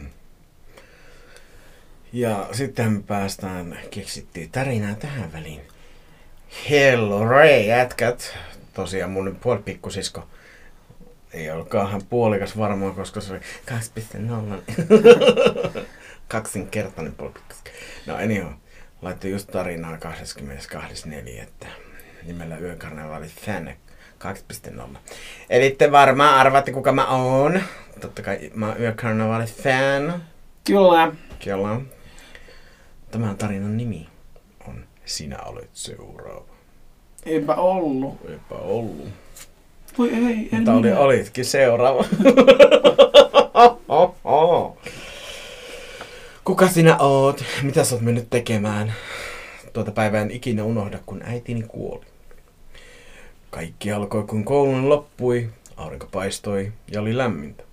Ja sitten me keksittiin tarinaa tähän väliin. Hello Ray, jätkät. Tosiaan mun puolipikkusisko. Ei ollutkaan hän puolikas varmaan, koska se oli 2.0. Kaksinkertainen puolipikkusisko. No anyhow, laittoi just tarinaa 22.4. nimellä Yökarnevaalit fan 2.0. Eli te varmaan arvaatte, kuka mä oon. Totta kai mä oon Yökarnevaalit fan. Kyllä. Kyllä. Tämän tarinan nimi on Sinä olet seuraava. Eipä ollut. Eipä ollut. Voi ei, en mutta olitkin seuraava. Kuka sinä oot? Mitä sä oot mennyt tekemään? Tuota päivää en ikinä unohda, kun äitini kuoli. Kaikki alkoi, kun koulun loppui, aurinko paistoi ja oli lämmintä.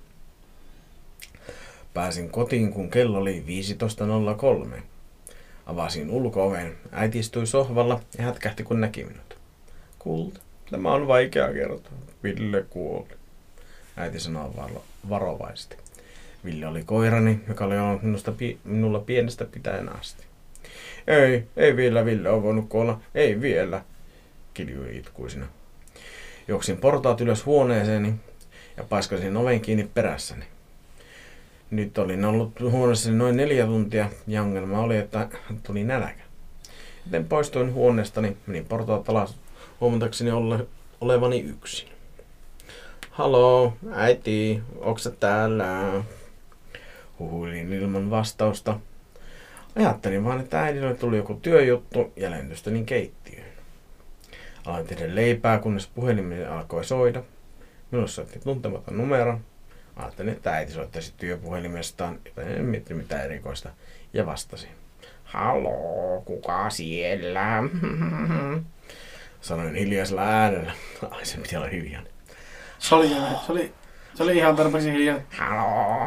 Pääsin kotiin, kun kello oli 15.03. Avasin ulko-oven. Äiti istui sohvalla ja hätkähti, kun näki minut. Kulta, tämä on vaikea kertoa. Ville kuoli. Äiti sanoi varovaisesti. Ville oli koirani, joka oli ollut minulla pienestä pitäen asti. Ei vielä Ville on voinut kuolla. Ei vielä, kiljui itkuisina. Juoksin portaat ylös huoneeseeni ja paiskasin oven kiinni perässäni. Nyt olin ollut huoneessani noin 4 tuntia ja ongelma oli, että tuli nälkä. Joten poistuin huoneestani, menin portaat alas huomatakseni olevani yksin. Haloo, äiti, onks sä täällä? Huhuilin ilman vastausta. Ajattelin vaan, että äidille tuli joku työjuttu ja lentystänin keittiöön. Aloin tehdä leipää, kunnes puhelimeni alkoi soida. Minulle soitti tuntematon numero. Ajattelin, että äiti soittaisi työpuhelimestaan, joten en miettinyt mitään erikoista, ja vastasin. Haloo, kuka siellä? Sanoin hiljaisella äänellä. Ai, se piti olla hiljainen. Se oli ihan tarpeeksi hiljainen. Haloo.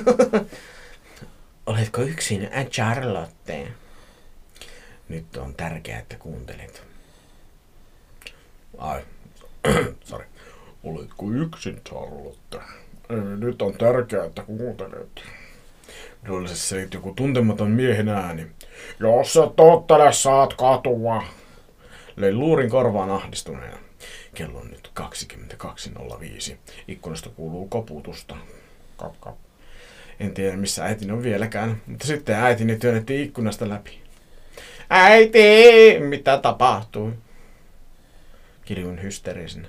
Oletko yksin, Charlotte? Nyt on tärkeää, että kuuntelet. Sorry. Oletko yksin, Charlotte? Nyt on tärkeää, että kuuntelet. Minulle se selitti joku tuntematon miehen ääni. Jos sä tottele, saat katua. Löin luurin korvaan ahdistuneena. Kello on nyt 22.05. Ikkunasta kuuluu koputusta. Kap, kap. En tiedä, missä äitini on vieläkään, mutta sitten äitini työnnettiin ikkunasta läpi. Äiti, mitä tapahtui? Kiljuin hysteerisenä.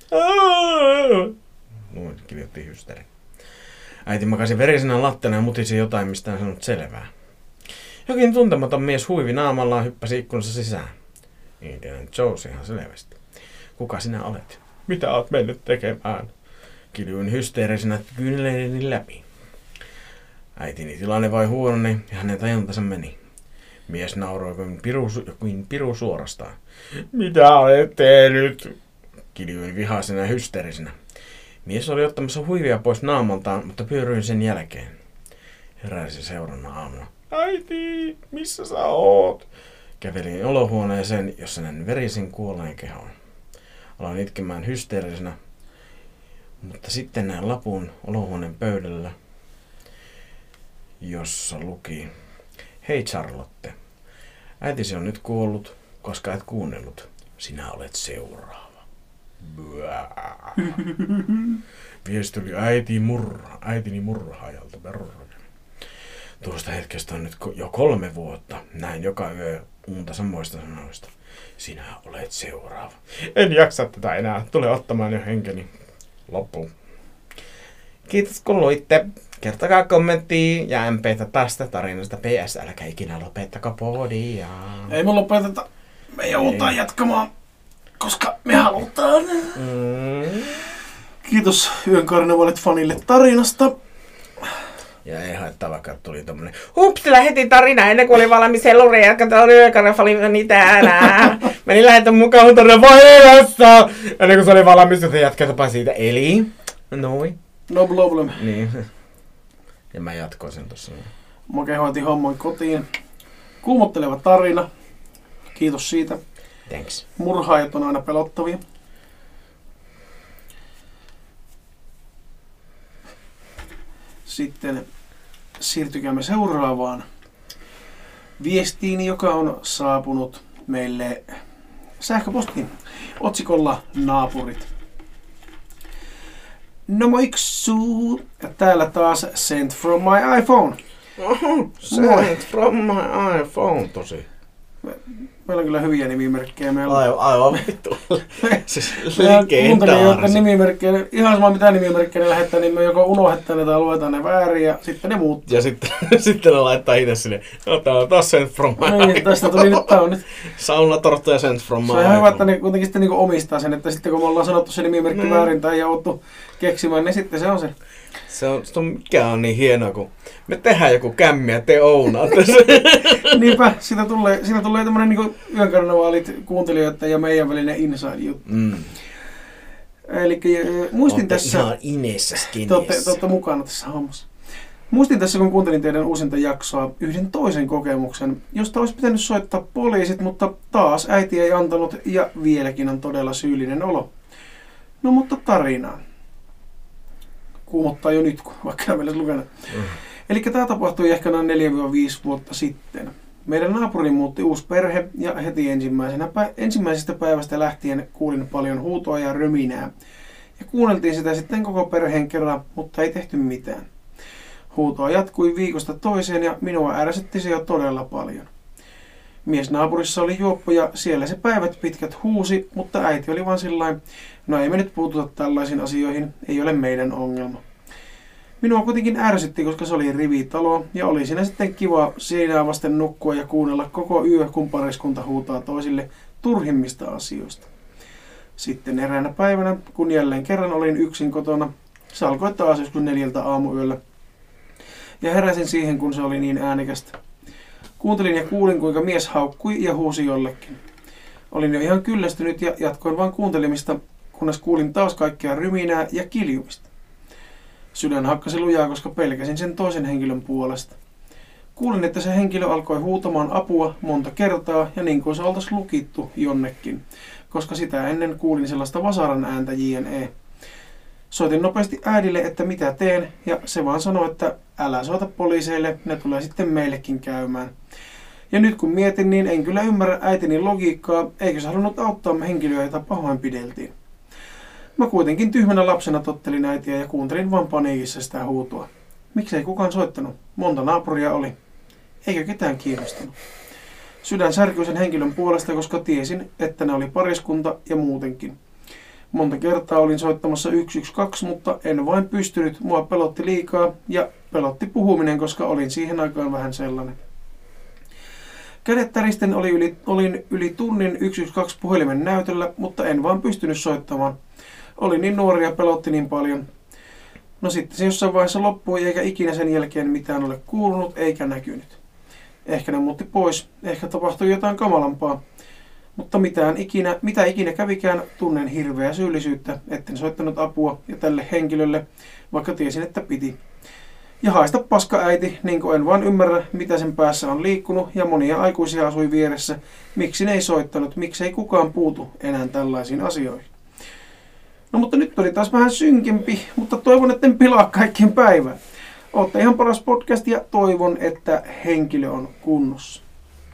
Noin kirjoitti hysteri. Äiti makasi verisenä lattiana ja mutisi jotain, mistä en sanonut selvää. Jokin tuntematon mies huivi naamallaan hyppäsi ikkunassa sisään. Indiana Jones ihan selvästi. Kuka sinä olet? Mitä oot mennyt tekemään? Kiljuin hysteerisenä kyyneleideni läpi. Äitini tilanne vai huononi ja hänen tajuntansa meni. Mies nauroi kuin piru suorastaan. Mitä olet tehnyt? Kiljuin vihaisena ja hysteerisenä. Mies oli ottamassa huivia pois naamaltaan, mutta pyöryin sen jälkeen. Heräsin seuraavana aamuna. Äiti, missä sä oot? Kävelin olohuoneeseen, jossa näin verisen kuolleen kehon. Aloin itkemään hysteerisenä, mutta sitten näin lapun olohuoneen pöydällä, jossa luki: Hei Charlotte, äitisi on nyt kuollut, koska et kuunnellut. Sinä olet seuraava. Viesti oli äitini murhaajalta. Tuosta hetkestä on nyt jo 3 vuotta. Näin joka yö unta samoista sanoista. Sinä olet seuraava. En jaksa tätä enää. Tule ottamaan jo henkeni loppuun. Kiitos kun luitte. Kertokaa kommenttia ja MP:tä tästä tarinasta. PS, älkää ikinä lopettako podia. Ei me lopeteta. Me joudutaan jatkamaan, koska me halutaan. Kiitos Yön Karnevalit fanille tarinasta. Ja ei haittaa, vaikka tuli tommonen Hupsilla heti tarina ennen kuin oli valmis selluri, jotka oli Yön Karnevalit täällä. Menin lähetön mukaan tarina vaiheessa. Ennen kuin se oli valmis, joten jatketapa siitä. Eli, noin. No problem. Niin. Ja mä jatkoin sen tossa. Mä kehoitin homman kotiin. Kuumotteleva tarina. Kiitos siitä. Thanks. Murhaajat on aina pelottavia. Sitten siirtykäämme seuraavaan viestiin, joka on saapunut meille sähköpostiin otsikolla Naapurit. No moiksu! Ja täällä taas Sent from my iPhone. Sent from my iPhone, tosi. meillä on kyllä hyviä nimimerkkejä. Aivan vittu. Siis legendaarisia. Nimimerkkejä, ihan sama mitä nimimerkkejä ne lähettää, niin me joko unohdetaan ne tai luetaan ne väärin ja sitten ne muuttuu. Ja sitten ne laittaa itse sinne, no tää on taas sent from my niin, tästä tuli nyt, tää on nyt. Saunatorttu ja sent from my Se on ihan hyvä, että ne kuitenkin sitten niinku omistaa sen, että sitten kun me ollaan sanottu se nimimerkki väärin tai jouduttu keksimään, niin sitten se on se. Se on mikä on niin hienoa, kun me tehdään joku kämmi ja te ounaatte se. Niinpä, siitä tulee tämmönen niinku yönkarnevaalit kuuntelijoiden ja meidän välinen inside-juttu. Elikkä muistin tässä... Ihan Inessä Te olette mukana tässä hommassa. Muistin tässä, kun kuuntelin teidän uusinta jaksoa, yhden toisen kokemuksen, josta olisi pitänyt soittaa poliisit, mutta taas äiti ei antanut ja vieläkin on todella syyllinen olo. No mutta tarinaan. Kuumottaa jo nyt, vaikka en meillä lukenut. Eli tämä tapahtui ehkä noin 4-5 vuotta sitten. Meidän naapuriin muutti uusi perhe ja heti ensimmäisestä päivästä lähtien kuulin paljon huutoa ja röminää. Ja kuunneltiin sitä sitten koko perheen kerran, mutta ei tehty mitään. Huutoa jatkui viikosta toiseen ja minua ärsytti se jo todella paljon. Mies naapurissa oli juoppo ja siellä se päivät pitkät huusi, mutta äiti oli vaan sillain, no ei me nyt puututa tällaisiin asioihin, ei ole meidän ongelma. Minua kuitenkin ärsytti, koska se oli rivitalo ja oli siinä sitten kiva seinää vasten nukkua ja kuunnella koko yö, kun pariskunta huutaa toisille turhimmista asioista. Sitten eräänä päivänä, kun jälleen kerran olin yksin kotona, se alkoi taas joskus 4 aamuyöllä. Ja heräsin siihen, kun se oli niin äänekästä. Kuuntelin ja kuulin, kuinka mies haukkui ja huusi jollekin. Olin jo ihan kyllästynyt ja jatkoin vaan kuuntelemista, kunnes kuulin taas kaikkea ryminää ja kiljumista. Sydän hakkasi lujaa, koska pelkäsin sen toisen henkilön puolesta. Kuulin, että se henkilö alkoi huutamaan apua monta kertaa ja niin kuin se oltaisiin lukittu jonnekin, koska sitä ennen kuulin sellaista vasaran ääntä JNE. Soitin nopeasti äidille, että mitä teen, ja se vaan sanoi, että älä soita poliiseille, ne tulee sitten meillekin käymään. Ja nyt kun mietin, niin en kyllä ymmärrä äitini logiikkaa, eikö se halunnut auttaa henkilöä, jota pahoinpideltiin. Mä kuitenkin tyhmänä lapsena tottelin äitiä ja kuuntelin vaan paniikissa sitä huutoa. Miksei kukaan soittanut? Monta naapuria oli. Eikö ketään kiinnostanut? Sydän särkyi sen henkilön puolesta, koska tiesin, että ne oli pariskunta ja muutenkin. Monta kertaa olin soittamassa 112, mutta en vain pystynyt. Mua pelotti liikaa ja pelotti puhuminen, koska olin siihen aikaan vähän sellainen. Kädet täristen olin yli tunnin 112 puhelimen näytöllä, mutta en vaan pystynyt soittamaan. Olin niin nuori ja pelotti niin paljon. No sitten se jossain vaiheessa loppui, eikä ikinä sen jälkeen mitään ole kuulunut eikä näkynyt. Ehkä ne muutti pois, ehkä tapahtui jotain kamalampaa. Mutta mitä ikinä kävikään, tunnen hirveää syyllisyyttä, etten soittanut apua ja tälle henkilölle, vaikka tiesin, että piti. Ja haista paska äiti, niin kuin en vaan ymmärrä, mitä sen päässä on liikkunut, ja monia aikuisia asui vieressä. Miksi ne ei soittanut, miksi ei kukaan puutu enää tällaisiin asioihin. No mutta nyt oli taas vähän synkempi, mutta toivon, että en pilaa kaikkien päivää. Ootte ihan paras podcast ja toivon, että henkilö on kunnossa.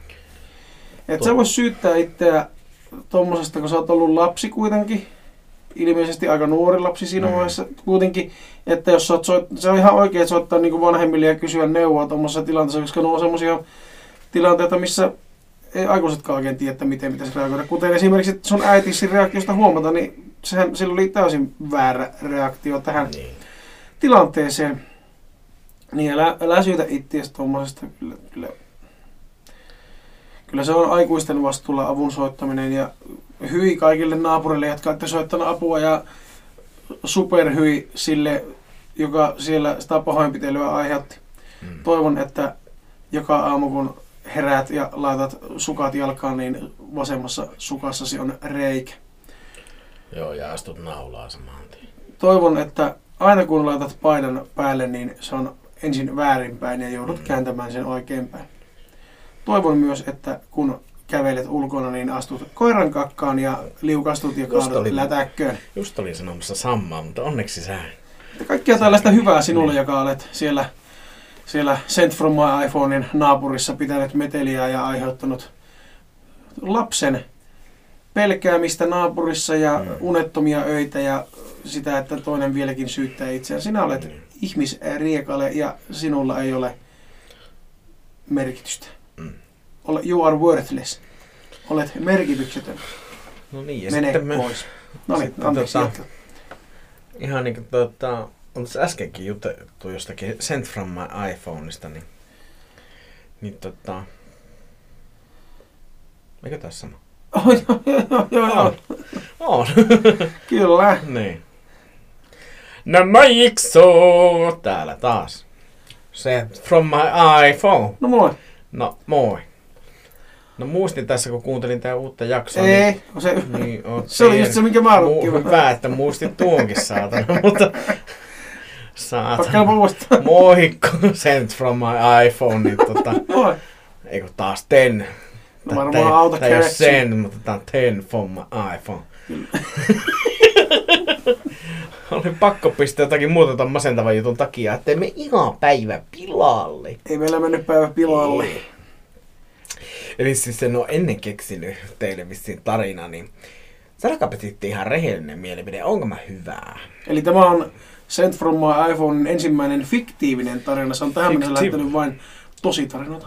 Et sä vois syyttää itseä tommosesta, kun sä oot ollut lapsi kuitenkin. Ilmeisesti aika nuori lapsi siinä vaiheessa kuitenkin. Että jos se on ihan oikein soittaa niin kuin vanhemmille ja kysyä neuvoa tommosessa tilanteessa, koska ne on semmosia tilanteita, missä ei aikuisetkaan oikein tiedä, että miten pitäisi reagoida. Kuten esimerkiksi sun äitisi reaktiosta huomata, niin sillä oli täysin väärä reaktio tähän tilanteeseen. Niin älä syytä itseäsi tommosesta. Kyllä se on aikuisten vastuulla avun soittaminen ja hyi kaikille naapurille, jotka olette soittanut apua ja superhyi sille, joka siellä sitä pahoinpitelyä aiheutti. Toivon, että joka aamu kun heräät ja laitat sukat jalkaan, niin vasemmassa sukassasi on reikä. Joo, ja astut naulaa samaan tien. Toivon, että aina kun laitat paidan päälle, niin se on ensin väärinpäin ja joudut kääntämään sen oikeinpäin. Toivon myös, että kun kävelet ulkona, niin astut koiran kakkaan ja liukastut ja kaadut lätäkköön. Just olin sanomassa samaa, mutta onneksi sä. Kaikkia tällaista hyvää sinulle, joka olet siellä Sent from my iPhonein naapurissa pitänyt meteliä ja aiheuttanut lapsen pelkäämistä naapurissa ja unettomia öitä ja sitä, että toinen vieläkin syyttää itseään. Sinä olet ihmisriekale ja sinulla ei ole merkitystä. You are worthless. Olet merkityksetön. No niin, ja mene sitten pois. No niin, anteeksi. Ihan niin kuin on tässä äskenkin juteltu jostakin Sent from my iPhoneista, niin eikö tässä sama? Joo. On. Kyllä. Niin. No Jikso! Täällä taas. Sent from my iPhone. No moi. No moi. No muistin tässä, kun kuuntelin tää uutta jaksoa. Ei, niin se oli just se, minkä mä arvottiin. Hyvä, että muistit tuonkin, saatana, mutta... Pakkaa muistaa. Moikko, Sent from my iPhone, niin Moi. Eikö taas ten. No varmaan auto tai jos sen, mutta tää on ten from my iPhone. Oli pakko pistää jotakin muuta ton masentavan jutun takia, ettei me ihan päivä pilalle. Ei meillä mennyt päivä pilalle. Eli siis en oo ennen keksinyt teille vissiin tarina, niin sanokaapa sitten ihan rehellinen mielipide, onko mä hyvää? Eli tämä on Sent from my iPhone ensimmäinen fiktiivinen tarina. Se on tähän mennessä lähtenyt vain tositarinoita.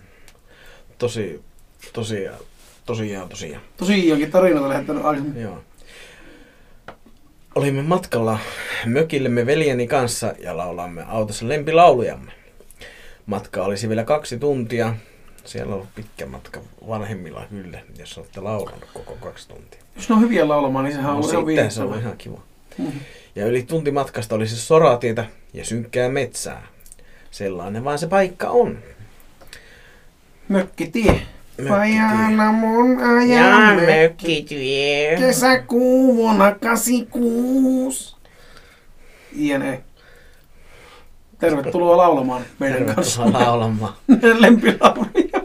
Tosiaan. Tosiaankin tarinoita lähettänyt aikaisemmin. Joo. Olimme matkalla mökillemme veljeni kanssa ja laulamme autossa lempilaulujamme. Matka olisi vielä 2 tuntia. Siellä on pitkä matka vanhemmilla kyllä, jos olette laulanut koko 2 tuntia. Jos ne on hyviä laulamaan, niin sehän on ihan viihdyttävää. Se on ihan kiva. Ja yli tunti matkasta olisi soratietä ja synkkää metsää. Sellainen vaan se paikka on. Mökkitie. Pajana mun ajan mökkitie. Kesäkuu vuonna 86. INE. Tervetuloa laulamaan meidän kanssa. Tervetuloa laulamaan. Lempilauluja.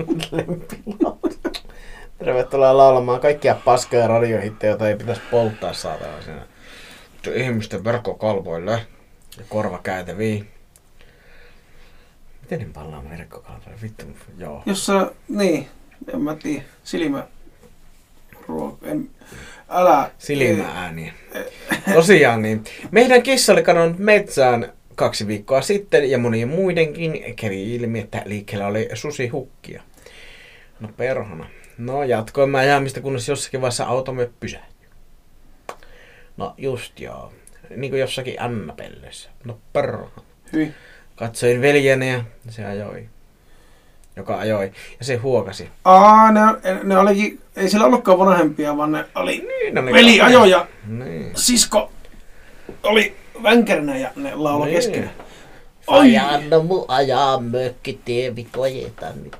Tervetuloa laulamaan kaikkia paskaa ja radiohittejä, joita ei pitäisi polttaa saatana siinä ihmisten verkkokalvoille ja korvakäytäviin. Miten ne pallaan verkkokalvoille? Vittu, joo. Jos sä, niin, en mä tiedä, älä... Silmäääniä. Tosiaan niin, meidän kissa oli kadonnut metsään 2 viikkoa sitten ja monien muidenkin kävi ilmi, että liikkeellä oli susihukkia. No perhana. No jatkoimme ajamista, kunnes jossakin vaiheessa automme pysähtyi. No just joo. Niin kuin jossakin Annapellessä. No perhana. Hyi. Katsoin veljeni ja se ajoi. Joka ajoi. Ja se huokasi. Ne olikin, ei siellä ollutkaan vanhempia, vaan ne oli niin, veli ajo ja niin. Sisko oli vänkärinä ja ne lauloi niin. keskenään. Ai anna mun ajaa mökkitie, vittu ajetaan nyt.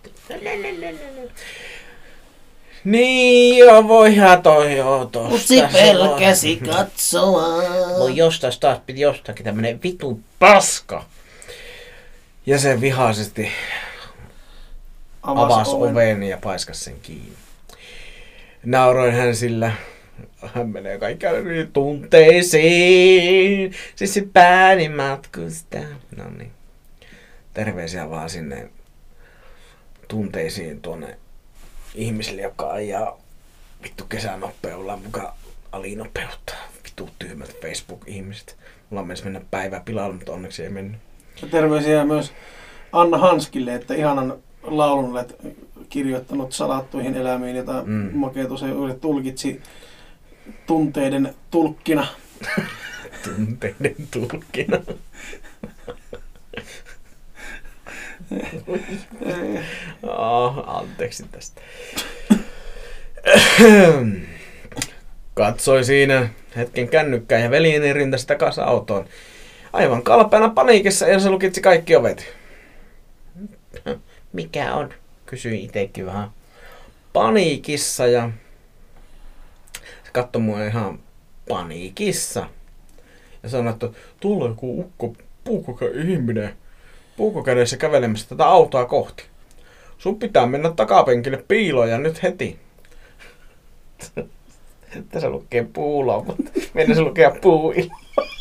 Niin joo, voihan toi joo tosta. Utsi pelkäsi katsoa. Voi jostain taas piti jostakin tämmönen vitun paska. Ja se vihaisesti avasi oven ja paiskas sen kiinni. Nauroin hän sillä. Hän menee kaikkiaan tunteisiin. Siis se pääni matkustaa. No niin. Terveisiä vaan sinne tunteisiin tuonne ihmisille, joka ajaa vittu kesänopeudella mukaan alinopeutta. Vittu tyhmät Facebook-ihmiset. Mulla on mennä päivää pilalle, mutta onneksi ei mennyt. Ja terveisiä myös Anna Hanskille, että ihanan laulun olet kirjoittanut Salattuihin elämiin, jota Maketus uudet tulkitsi tunteiden tulkkina. Tunteiden tulkkina. Anteeksi tästä. Katsoi siinä hetken kännykkää ja veljeni rintäsi takaisin autoon. Aivan kalpeana paniikissa ja se lukitsi kaikki ovet. Mikä on? Kysyin itekin vähän paniikissa ja se katsoi mua ihan paniikissa. Ja sanoi, että tulee joku ukko ihminen puukkokädessä kävelemässä tätä autoa kohti. Sun pitää mennä takapenkille piiloon ja nyt heti. Tässä lukee puulo, mutta meidän se lukee puuilo.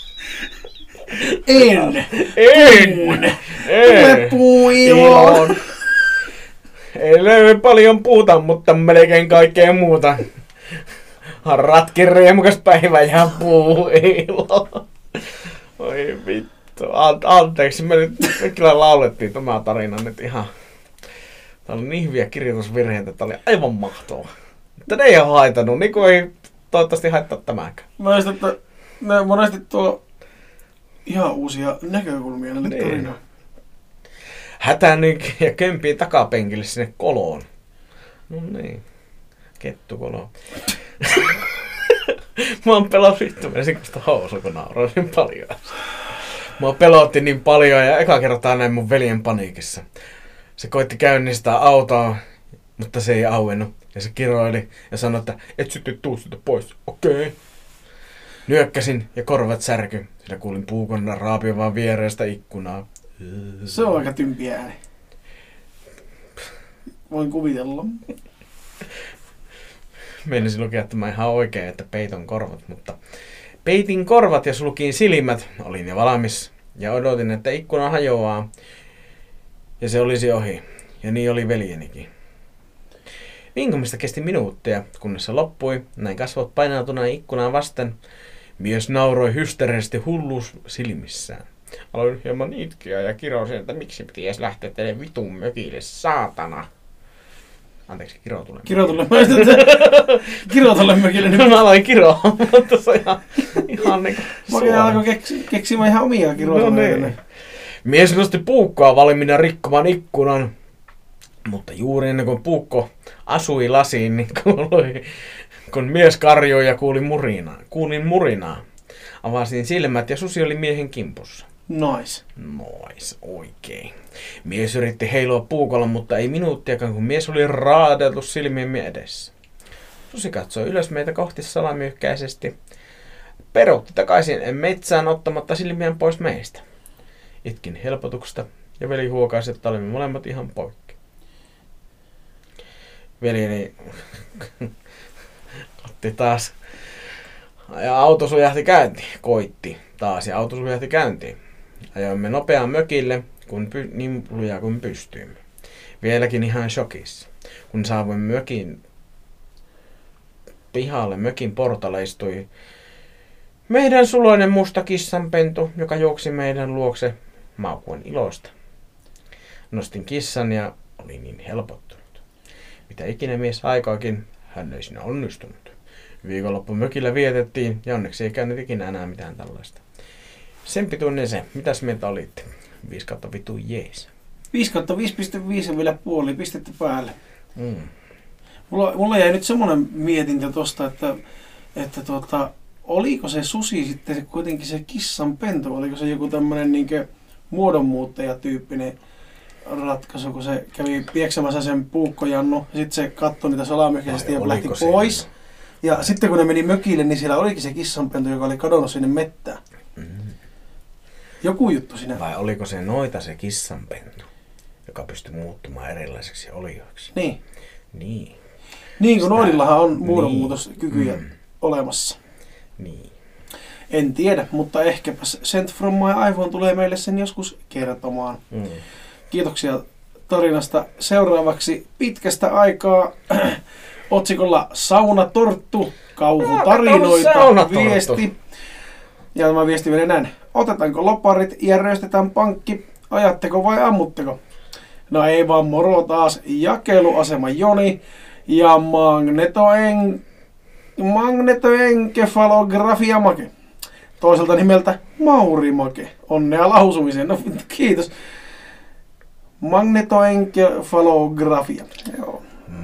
En! Tule puuiloon! Ei löydy paljon puuta, mutta melkein kaikkea muuta. Ratkin riemukas päivä ja puuilo. Oi vittu. Anteeksi, me kyllä laulettiin tämä tarina nyt ihan. Tää oli niin hyviä kirjoitusvirheitä, että oli aivan mahtava. Mutta ne ei ole haitannut, niin kuin ei toivottavasti haittaa tämäkään. Mä ajattelin, että ne monesti tuo ihan uusia näkökulmia näille tarinaan. Hätänyt ja kömpii takapenkille sinne koloon. No niin, kettukolo. Mä oon pelottu, menisin kun sitä housu, kun nauroin niin paljon. Mua pelotti niin paljon ja eka kertaa näin mun veljen paniikissa. Se koitti käynnistää autoa, mutta se ei auennut. Ja se kiroili ja sanoi, että et sitten tuu sitä pois. Okei. Nyökkäsin ja korvat särky, sillä kuulin puukonnan raapivaa viereistä ikkunaa. Se on aika tympiä ääni. Voin kuvitella. Meinasin lukea tämä ihan oikein, että peiton korvat, mutta peitin korvat ja sulkiin silmät. Olin jo valmis ja odotin, että ikkuna hajoaa ja se olisi ohi. Ja niin oli veljenikin. Vinkumista kesti minuutteja, kunnes se loppui. Näin kasvot painautuneen ikkunaan vasten. Mies nauroi hysteerisesti hulluus silmissään. Aloin hieman itkeä ja kirosin, että miksi piti edes lähteä teille vitun mökille, saatana. Anteeksi, kiro tulee. Kiro tulee. Kiro tulee mökille. Nyt. Mä aloin kiroa, mutta se on ihan niin kuin mä alkoin keksimään ihan omia kiroa. No niin. Mies nosti puukkoa valmiina rikkomaan ikkunan. Mutta juuri ennen kuin puukko asui lasiin, niin kun mies karjoi ja kuulin murinaa. Avasin silmät ja susi oli miehen kimpussa. Nice, oikein. Mies yritti heilua puukolla, mutta ei minuuttiakaan, kun mies oli raadeltu silmiemme edessä. Susi katsoi ylös meitä kohti salamyhkäisesti. Peruutti takaisin metsään ottamatta silmiään pois meistä. Itkin helpotuksesta ja veli huokaisi, että olimme molemmat ihan poikki. Veljeni otti taas ja auto sujahti käyntiin. Koitti taas ja auto sujahti käyntiin. Ajoimme nopeaan mökille, niin lujaa kuin pystyimme. Vieläkin ihan shokissa. Kun saavuimme mökin pihalle, mökin portalle istui meidän suloinen musta kissanpentu, joka juoksi meidän luokse maukuen ilosta. Nostin kissan ja olin niin helpottunut. Mitä ikinä mies aikoikin, hän ei siinä onnistunut. Viikonloppu mökillä vietettiin ja onneksi ei käynyt ikinä enää mitään tällaista. Sen pituinen se. Mitäs mieltä olitte? 5/5 vitu jees. 5/5.5 on vielä puoli pistettä päälle. Mulla jäi nyt semmoinen mietintä tosta, että oliko se susi sitten se, kuitenkin se kissan pentu? Oliko se joku tämmönen niinkö muodonmuuttajatyyppinen ratkaisu, kun se kävi pieksämässä sen puukkojannu ja sitten se katsoi niitä salamyhkäisesti ja lähti pois. Siinä? Ja sitten kun ne meni mökille, niin siellä olikin se kissanpentu, joka oli kadonnut sinne mettään. Joku juttu siinä. Vai oliko se noita se kissanpentu, joka pystyi muuttumaan erilaiseksi olioiksi? Niin. Niin kuin noidillahan on muodonmuutoskykyjä olemassa. Niin. En tiedä, mutta ehkäpä Sent from my iPhone tulee meille sen joskus kertomaan. Kiitoksia tarinasta. Seuraavaksi pitkästä aikaa otsikolla Saunatorttu, kauhutarinoita, viesti. Ja tämä viesti menee näin. Otetaanko loparit ja ryöstetään pankki? Ajatteko vai ammutteko? No ei vaan, moro taas. Jakeluasema Joni ja magnetoenkefalografia Make. Toiselta nimeltä Mauri Make. Onnea lausumiseen. No kiitos. Magnetoenkefalografia. Joo.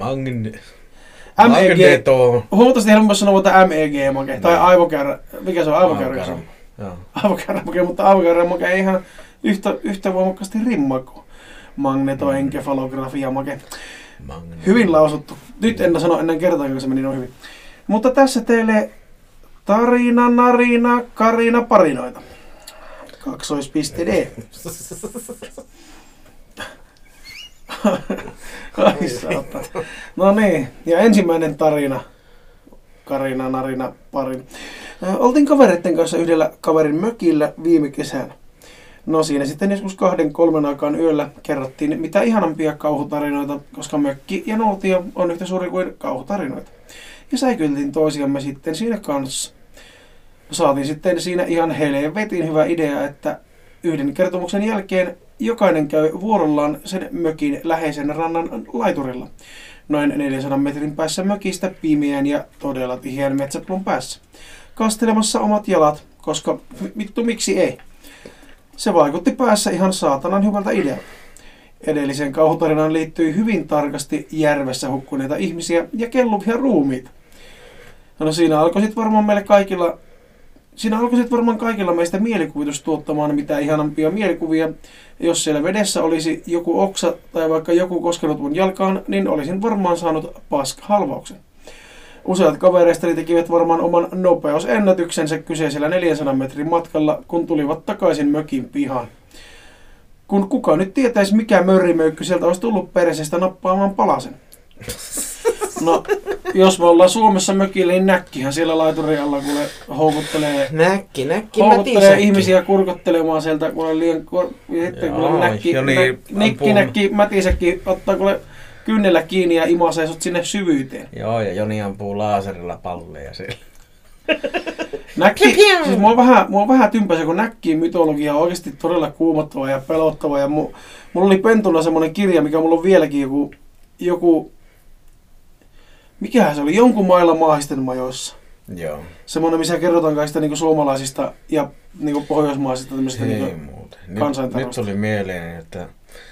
Magneto. Huomattavasti helpompi sanoa, että MEG-make tai aivokäärä. Mikä se on? Aivokäärä. Aivokäärä make, mutta aivokäärä make ei ihan yhtä voimakkaasti rimmaa kuin magnetoenkefalografia make. Hyvin lausuttu. Nyt en sano ennen kertaa, kun se meni noin hyvin. Mutta tässä teille tarina, narina, karina, parinoita. !D. Ai saatana. No niin, ja ensimmäinen tarina. Karina, narina, parin. Oltiin kavereiden kanssa yhdellä kaverin mökillä viime kesänä. No siinä sitten joskus 2-3 aikaan yöllä kerrottiin mitä ihanampia kauhutarinoita, koska mökki ja nuotio on yhtä suuri kuin kauhutarinoita. Ja säikyiltiin toisiamme sitten siinä kanssa. Saatiin sitten siinä ihan helvetin hyvä idea, että yhden kertomuksen jälkeen jokainen käy vuorollaan sen mökin läheisen rannan laiturilla. Noin 400 metrin päässä mökistä pimeän ja todella tiheän metsäpolun päässä. Kastelemassa omat jalat, koska vittu miksi ei. Se vaikutti päässä ihan saatanan hyvältä idealta. Edelliseen kauhutarinaan liittyi hyvin tarkasti järvessä hukkuneita ihmisiä ja kelluvia ruumiita. No siinä alkoi sitten varmaan kaikilla meistä mielikuvitus tuottamaan mitä ihanampia mielikuvia. Jos siellä vedessä olisi joku oksa tai vaikka joku koskenut mun jalkaan, niin olisin varmaan saanut paskahalvauksen. Useat kavereistani tekivät varmaan oman nopeusennätyksensä kyseisellä 400 metrin matkalla, kun tulivat takaisin mökin pihaan. Kun kuka nyt tietäisi, mikä mörrimöykky sieltä olisi tullut perseestä nappaamaan palasen. No, jos me ollaan Suomessa mökillä, niin näkkihän siellä laiturin alla, kun houkuttelee ihmisiä kurkottelemaan sieltä, kun on liian näkki mätisäkin ottaa kuule kynnellä kiinni ja imasee sut sinne syvyyteen. Joo, ja Joni ampuu laaserilla palleja siellä. Siis mua vähän tympäsi, kun näkkiin mytologia on oikeasti todella kuumottava ja pelottava. Ja mulla oli pentuna semmonen kirja, mikä mulla on vieläkin joku mikähän se oli? Jonkun mailla maahisten majoissa. Joo. Semmoinen, missä kerrotaan kaikista niinku suomalaisista ja niinku pohjoismaisista tämmöisistä niinku kansantaroista. Nyt tuli mieleen, että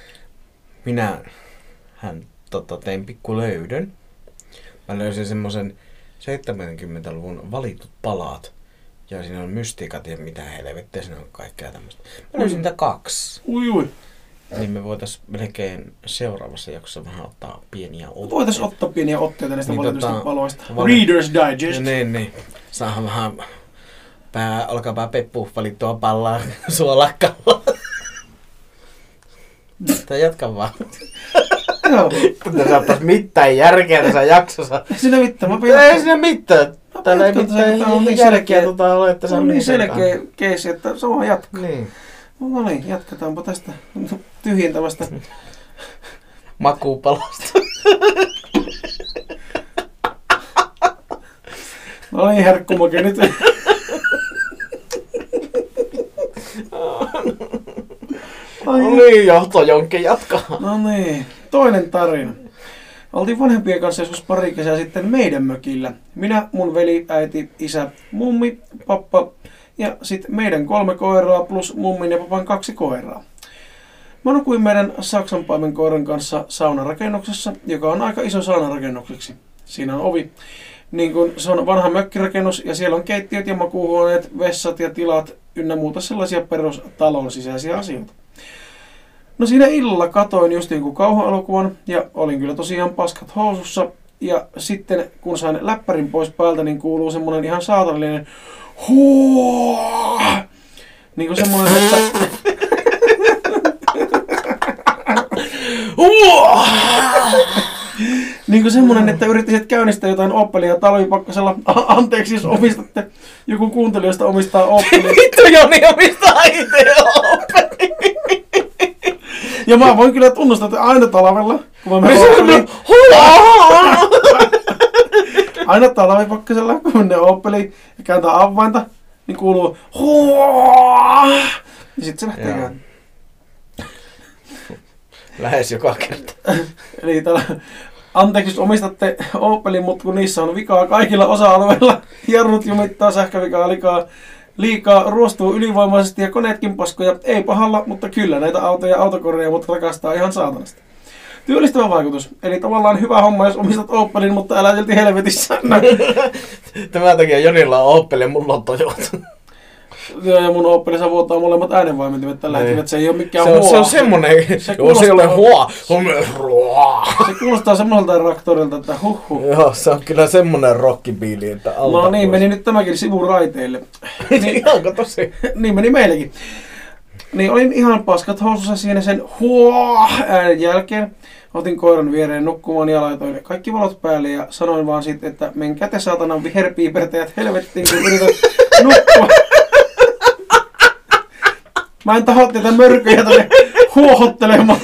hän tein pikku löydön. Mä löysin semmoisen 70-luvun valitut palat. Ja siinä on mystiikat ja mitä helvettiä, siinä on kaikkea tämmöistä. Mä löysin niitä 2. Ui. Niin me voitais melkein seuraavassa jaksossa vähän ottaa pieniä otteita. Voitais ottaa pieniä otteita näistä valituista paloista. Reader's Digest. Niin. Saadaan vähän olkaapaa Peppu valittua pallaa suolakalla. Tai jatka vaan. Joo. Tätä saattais mitään järkeä tässä jaksossa. Ei siinä mitään. Ei siinä mitään. Täällä ei mitään järkeä ole, että se on niin selkeä keissi, että se vaan jatkaa. Niin. No niin, jatketaanpa tästä tyhjentävästä makuupalasta. No niin, herkkumake nyt. No niin, johtojonki jatkaa. No niin, toinen tarina. Oltiin vanhempien kanssa joskus pari kesää sitten meidän mökillä. Minä, mun veli, äiti, isä, mummi, pappa ja sitten meidän 3 koiraa plus mummin ja papan 2 koiraa. Mä nukuin meidän saksanpaimen koiran kanssa saunarakennuksessa, joka on aika iso saunarakennukseksi. Siinä on ovi. Niin kun se on vanha mökkirakennus ja siellä on keittiöt ja makuuhuoneet, vessat ja tilat ynnä muuta sellaisia perustalon sisäisiä asioita. No siinä illalla katoin just niin kuin kauhuelokuvan ja olin kyllä tosiaan paskat housussa. Ja sitten kun sain läppärin pois päältä, niin kuuluu semmonen ihan saatanallinen huuuuuh! Niin kuin semmonen, että niin kuin semmonen, että yrittisit käynnistää jotain Opelia talvipakkasella. Anteeksi, jos omistatte. Joku kuuntelijoista omistaa Opelia. Vittu, Joni omistaa itse Opelin. Ja mä voin kyllä tunnustaa, että aina talvella, kun mä menen Opeliin. Aina talvipakkasella, kun menen Opeliin ja kääntää avainta, niin kuuluu ja sit se lähtee käyntiin. Lähes joka kerta. Eli anteeksi, jos omistatte Opelin, mutta kun niissä on vikaa kaikilla osa-alueilla. Jarrut jumittaa, sähkövikaa liikaa ruostuu ylivoimaisesti ja koneetkin paskoja. Ei pahalla, mutta kyllä näitä autoja autokorjaa, mutta rakastaa ihan saatanasti. Työllistävä vaikutus. Eli tavallaan hyvä homma, jos omistat Opelin, mutta älä silti helvetissä. Tämän takia Jonilla on Opel ja mulla on Toyota. Ja mun Opelissa vuotaa molemmat äänenvaimentimet tällä hetkellä, että se ei ole mikään huoa. Se on semmonen, se ei ole huoa, on myös ruoa. Se kuulostaa semmoiselta traktorilta, että huhhuh. Joo, se on kyllä semmonen rockibiili, että alta no niin, meni nyt tämäkin sivuraiteille. Ihanko tosi? Niin meni meillekin. Niin olin ihan paskat housussa siinä sen äänen jälkeen. Otin koiran viereen nukkumaan ja laitoin kaikki valot päälle ja sanoin vaan sitten, että menkää te saatanan viherpiipertäjät helvettiin, kun yritän nukkua. Mä en taho tätä mörköjä tänne huohottelemaan.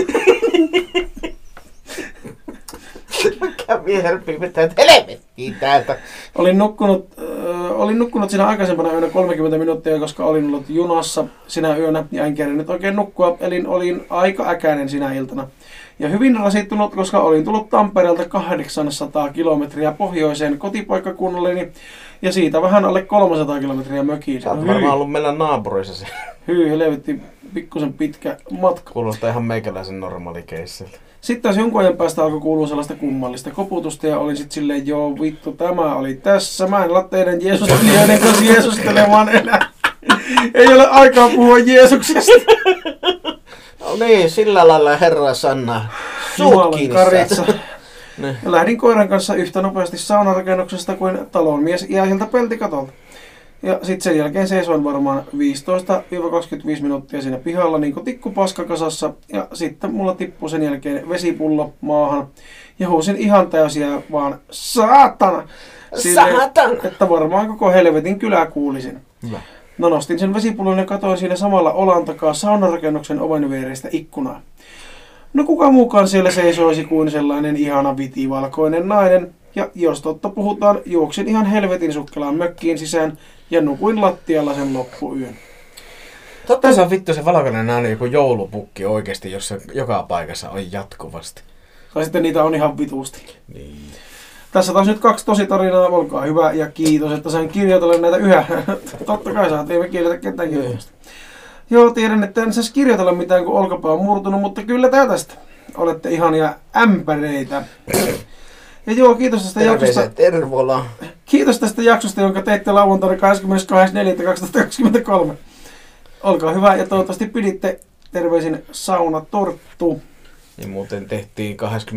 Mikä viherpiipertäjät helvettiin täältä. Olin nukkunut olin nukkunut siinä aikaisempana yönä 30 minuuttia, koska olin ollut junassa sinä yönä ja en kerännyt oikein nukkua, eli olin aika äkäinen sinä iltana. Ja hyvin rasittunut, koska olin tullut Tampereelta 800 kilometriä pohjoiseen kotipaikkakunnalleni ja siitä vähän alle 300 kilometriä mökiin. Sä oot varmaan ollut meillä naapurissa se. Helvetti, pikkusen pitkä matka. Kuulostaa ihan meikäläisen normaalikeisseltä. Sitten taas jonkun ajan päästä alkoi kuulua sellaista kummallista koputusta ja olin sitten silleen, joo vittu, tämä oli tässä. Mä en ala teidän Jeesustelijoiden kanssa jeesustelemaan enää. Ei ole aikaa puhua Jeesuksesta. No niin, sillä lailla Herra Sanna. Suut kiinni. Lähdin koiran kanssa yhtä nopeasti saunarakennuksesta kuin talonmies iäiseltä peltikatolta. Ja sitten sen jälkeen seisoin varmaan 15-25 minuuttia siinä pihalla niin kuin tikku paskakasassa. Ja sitten mulla tippui sen jälkeen vesipullo maahan. Ja huusin ihan täysiä vaan saatana! Saatana! Että varmaan koko helvetin kylä kuulisin. Hyvä. No nostin sen vesipullon ja katoin siinä samalla olan takaa saunarakennuksen oven viereistä ikkunaa. No kuka muukaan siellä seisoisi kuin sellainen ihana vitivalkoinen nainen. Ja jos totta puhutaan, juoksin ihan helvetin sukkelaan mökkiin sisään ja nukuin lattialla sen loppuyön. Totta se on vittu se valkoinen nainen joku joulupukki oikeesti, jossa joka paikassa on jatkuvasti. Tai sitten niitä on ihan vitusti. Niin. Tässä taas nyt 2 tositarinaa, olkaa hyvä ja kiitos, että sain kirjoitella näitä yhä. Totta kai saatiin, me kirjoita ketään kirjoitusta. Joo, tiedän, että en saisi kirjoitella mitään, kun olkapää on murtunut, mutta kyllä tää tästä. Olette ihania ämpäreitä. Ja joo, kiitos tästä jaksosta. Tervola. Kiitos tästä jaksosta, jonka teitte lauantaina 22.4.2023. Olkaa hyvä ja toivottavasti piditte. Terveisin Sauna Torttu. Ja muuten tehtiin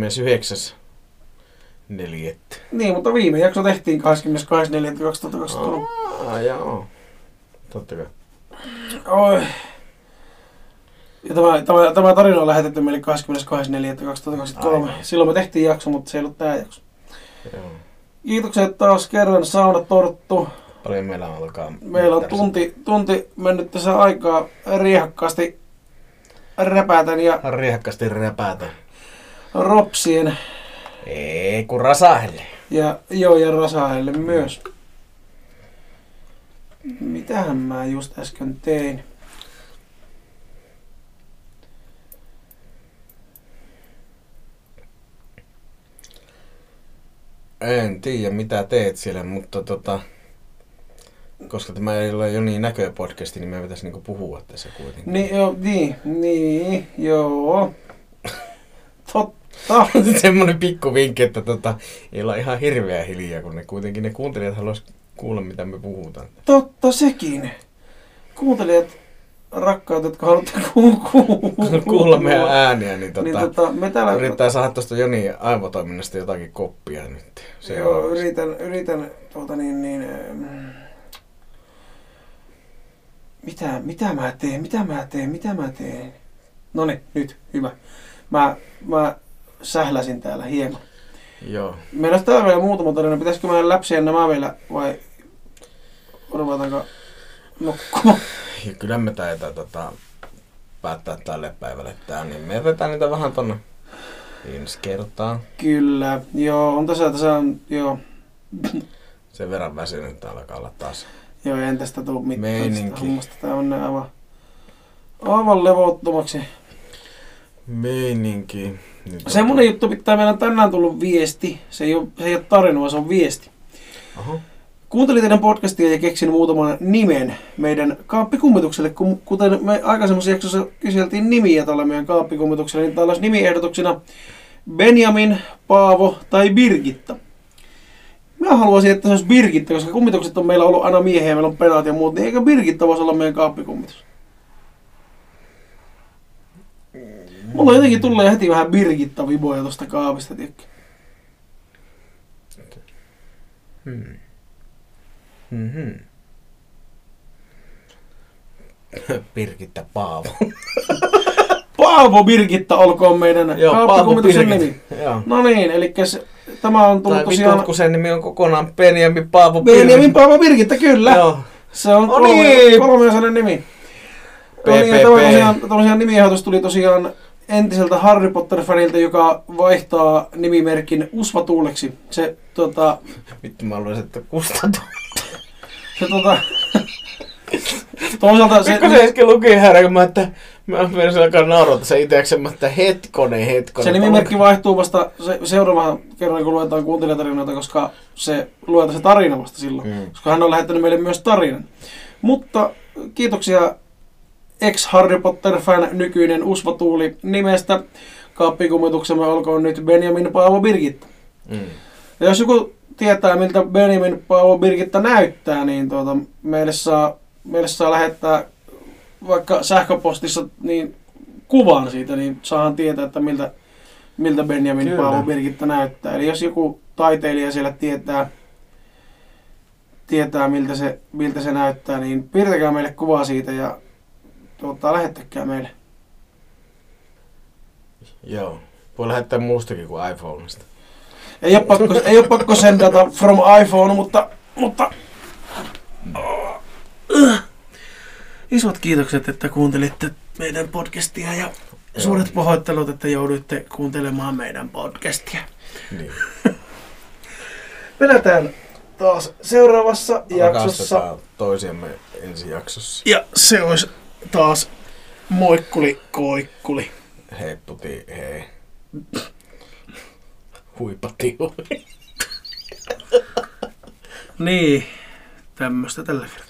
29.4. Niin, mutta viime jakso tehtiin 22.4.2023. Joo. Totta kai. Oi. Ja tämä tarina on lähetetty meille 22.4.2023. Silloin me tehtiin jakso, mutta se ei ollut tää jakso. Joo. Kiitokset taas kerran Sauna Torttu. Paljon meillä alkaa. Meillä on tunti mennyt tässä aikaa riehakkaasti räpätän ja riehakkaasti räpätän. Ropsien. Ei kun Rasahelle. Ja Rasahelle myös. Mitähän mä just äsken tein? En tiedä mitä teet siellä, mutta koska tämä ei ole jo niin näköpodcasti, niin me pitäisi niinku puhua tässä kuitenkin. Niin, joo. Totta. Semmoinen pikku vinkki, että ei ole ihan hirveä hiljaa, kun ne kuuntelijat haluaisivat kuulla, mitä me puhutaan. Totta sekin. Kuuntelijat, rakkaat, jotka haluatte kuulla meidän ääniä, niin, me täällä yrittää saada tuosta Joni aivotoiminnasta jotakin koppia nyt. Joo, yritän mitä mä teen? Noniin, nyt, hyvä. Mä sähläsin täällä hieman. Joo. Meillä olisi täällä vielä muutama tarina. Pitäisikö meidän läpsiä nämä vielä vai ruvetaanko nukkumaan? Ja kyllä me taitaa päättää tälle päivälle tää, niin me jätetään niitä vähän tonne ensi kertaan. Kyllä, joo, on tässä on, joo. Sen verran väsynyt alkaa olla taas. Joo, en tästä tuu mitään tästä hommasta. Tää on aivan levottomaksi. Meininki. Semmonen juttu pitää meillä tänään tullut viesti. Se ei ole tarina, vaan se on viesti. Aha. Kuuntelin teidän podcastia ja keksin muutaman nimen meidän kaappikummitukselle. Kuten me aikaisemmassa jaksossa kyseltiin nimiä tällä meidän kaappikummitukselle, niin täällä olisi nimiehdotuksena Benjamin, Paavo tai Birgitta. Mä haluaisin, että se olisi Birgitta, koska kummitukset on meillä ollut aina miehiä, meillä on penaat ja muut, niin eikö Birgitta voisi olla meidän kaappikummitus? Mulla jotenkin tulee heti vähän Birgitta-viboja tosta kaapista, tiedätkö? Birgitta Paavo. Paavo Birgitta olkoon meidän kaappikummituksen nimi. No niin, eli tämä on tullut tosiaan... Tai sen nimi on kokonaan Benjamin Paavo Birgitta. Benjamin Paavo Birgitta, kyllä. Joo. Se on kolmiosainen nimi. Tosiaan nimiehdotus tuli tosiaan entiseltä Harry Potter-fanilta, joka vaihtaa nimimerkin Usvatuuleksi. Se Vittu mä luulen, että Kustatuuli. Toisaalta se... Pikku se äsken luki härkämään, että mä menisin alkaa naurata se itseksemme, että hetkonen. Se nimimerkki vaihtuu vasta seuraavan kerran, kun luetaan kuuntelijatarinoita, koska se luetaan se tarina vasta silloin. Koska hän on lähettänyt meille myös tarinan. Mutta kiitoksia ex-Harry Potter-fan nykyinen Usva Tuuli nimestä. Kaappikummituksemme olkoon nyt Benjamin Paavo Birgitta. Ja jos joku tietää, miltä Benjamin Paavo Birgitta näyttää, niin meille saa lähettää vaikka sähköpostissa niin kuvan siitä, niin saadaan tietää, että miltä Benjamin Paavo Birgitta näyttää. Eli jos joku taiteilija siellä tietää miltä se näyttää, niin piirtäkää meille kuvaa siitä ja lähettäkää meille. Joo, voi lähettää muustakin kuin iPhoneista. Ei ole pakko sendata from iPhone, mutta isot kiitokset, että kuuntelitte meidän podcastia ja suuret pahoittelut, että jouduitte kuuntelemaan meidän podcastia. Niin. Vedetään taas seuraavassa jaksossa. Rakastetaan toisiamme ensi jaksossa. Ja se olisi taas moikkuli koikkuli. Heipputi hei. Huipati hui. Niin, tämmöstä tällä kertaa.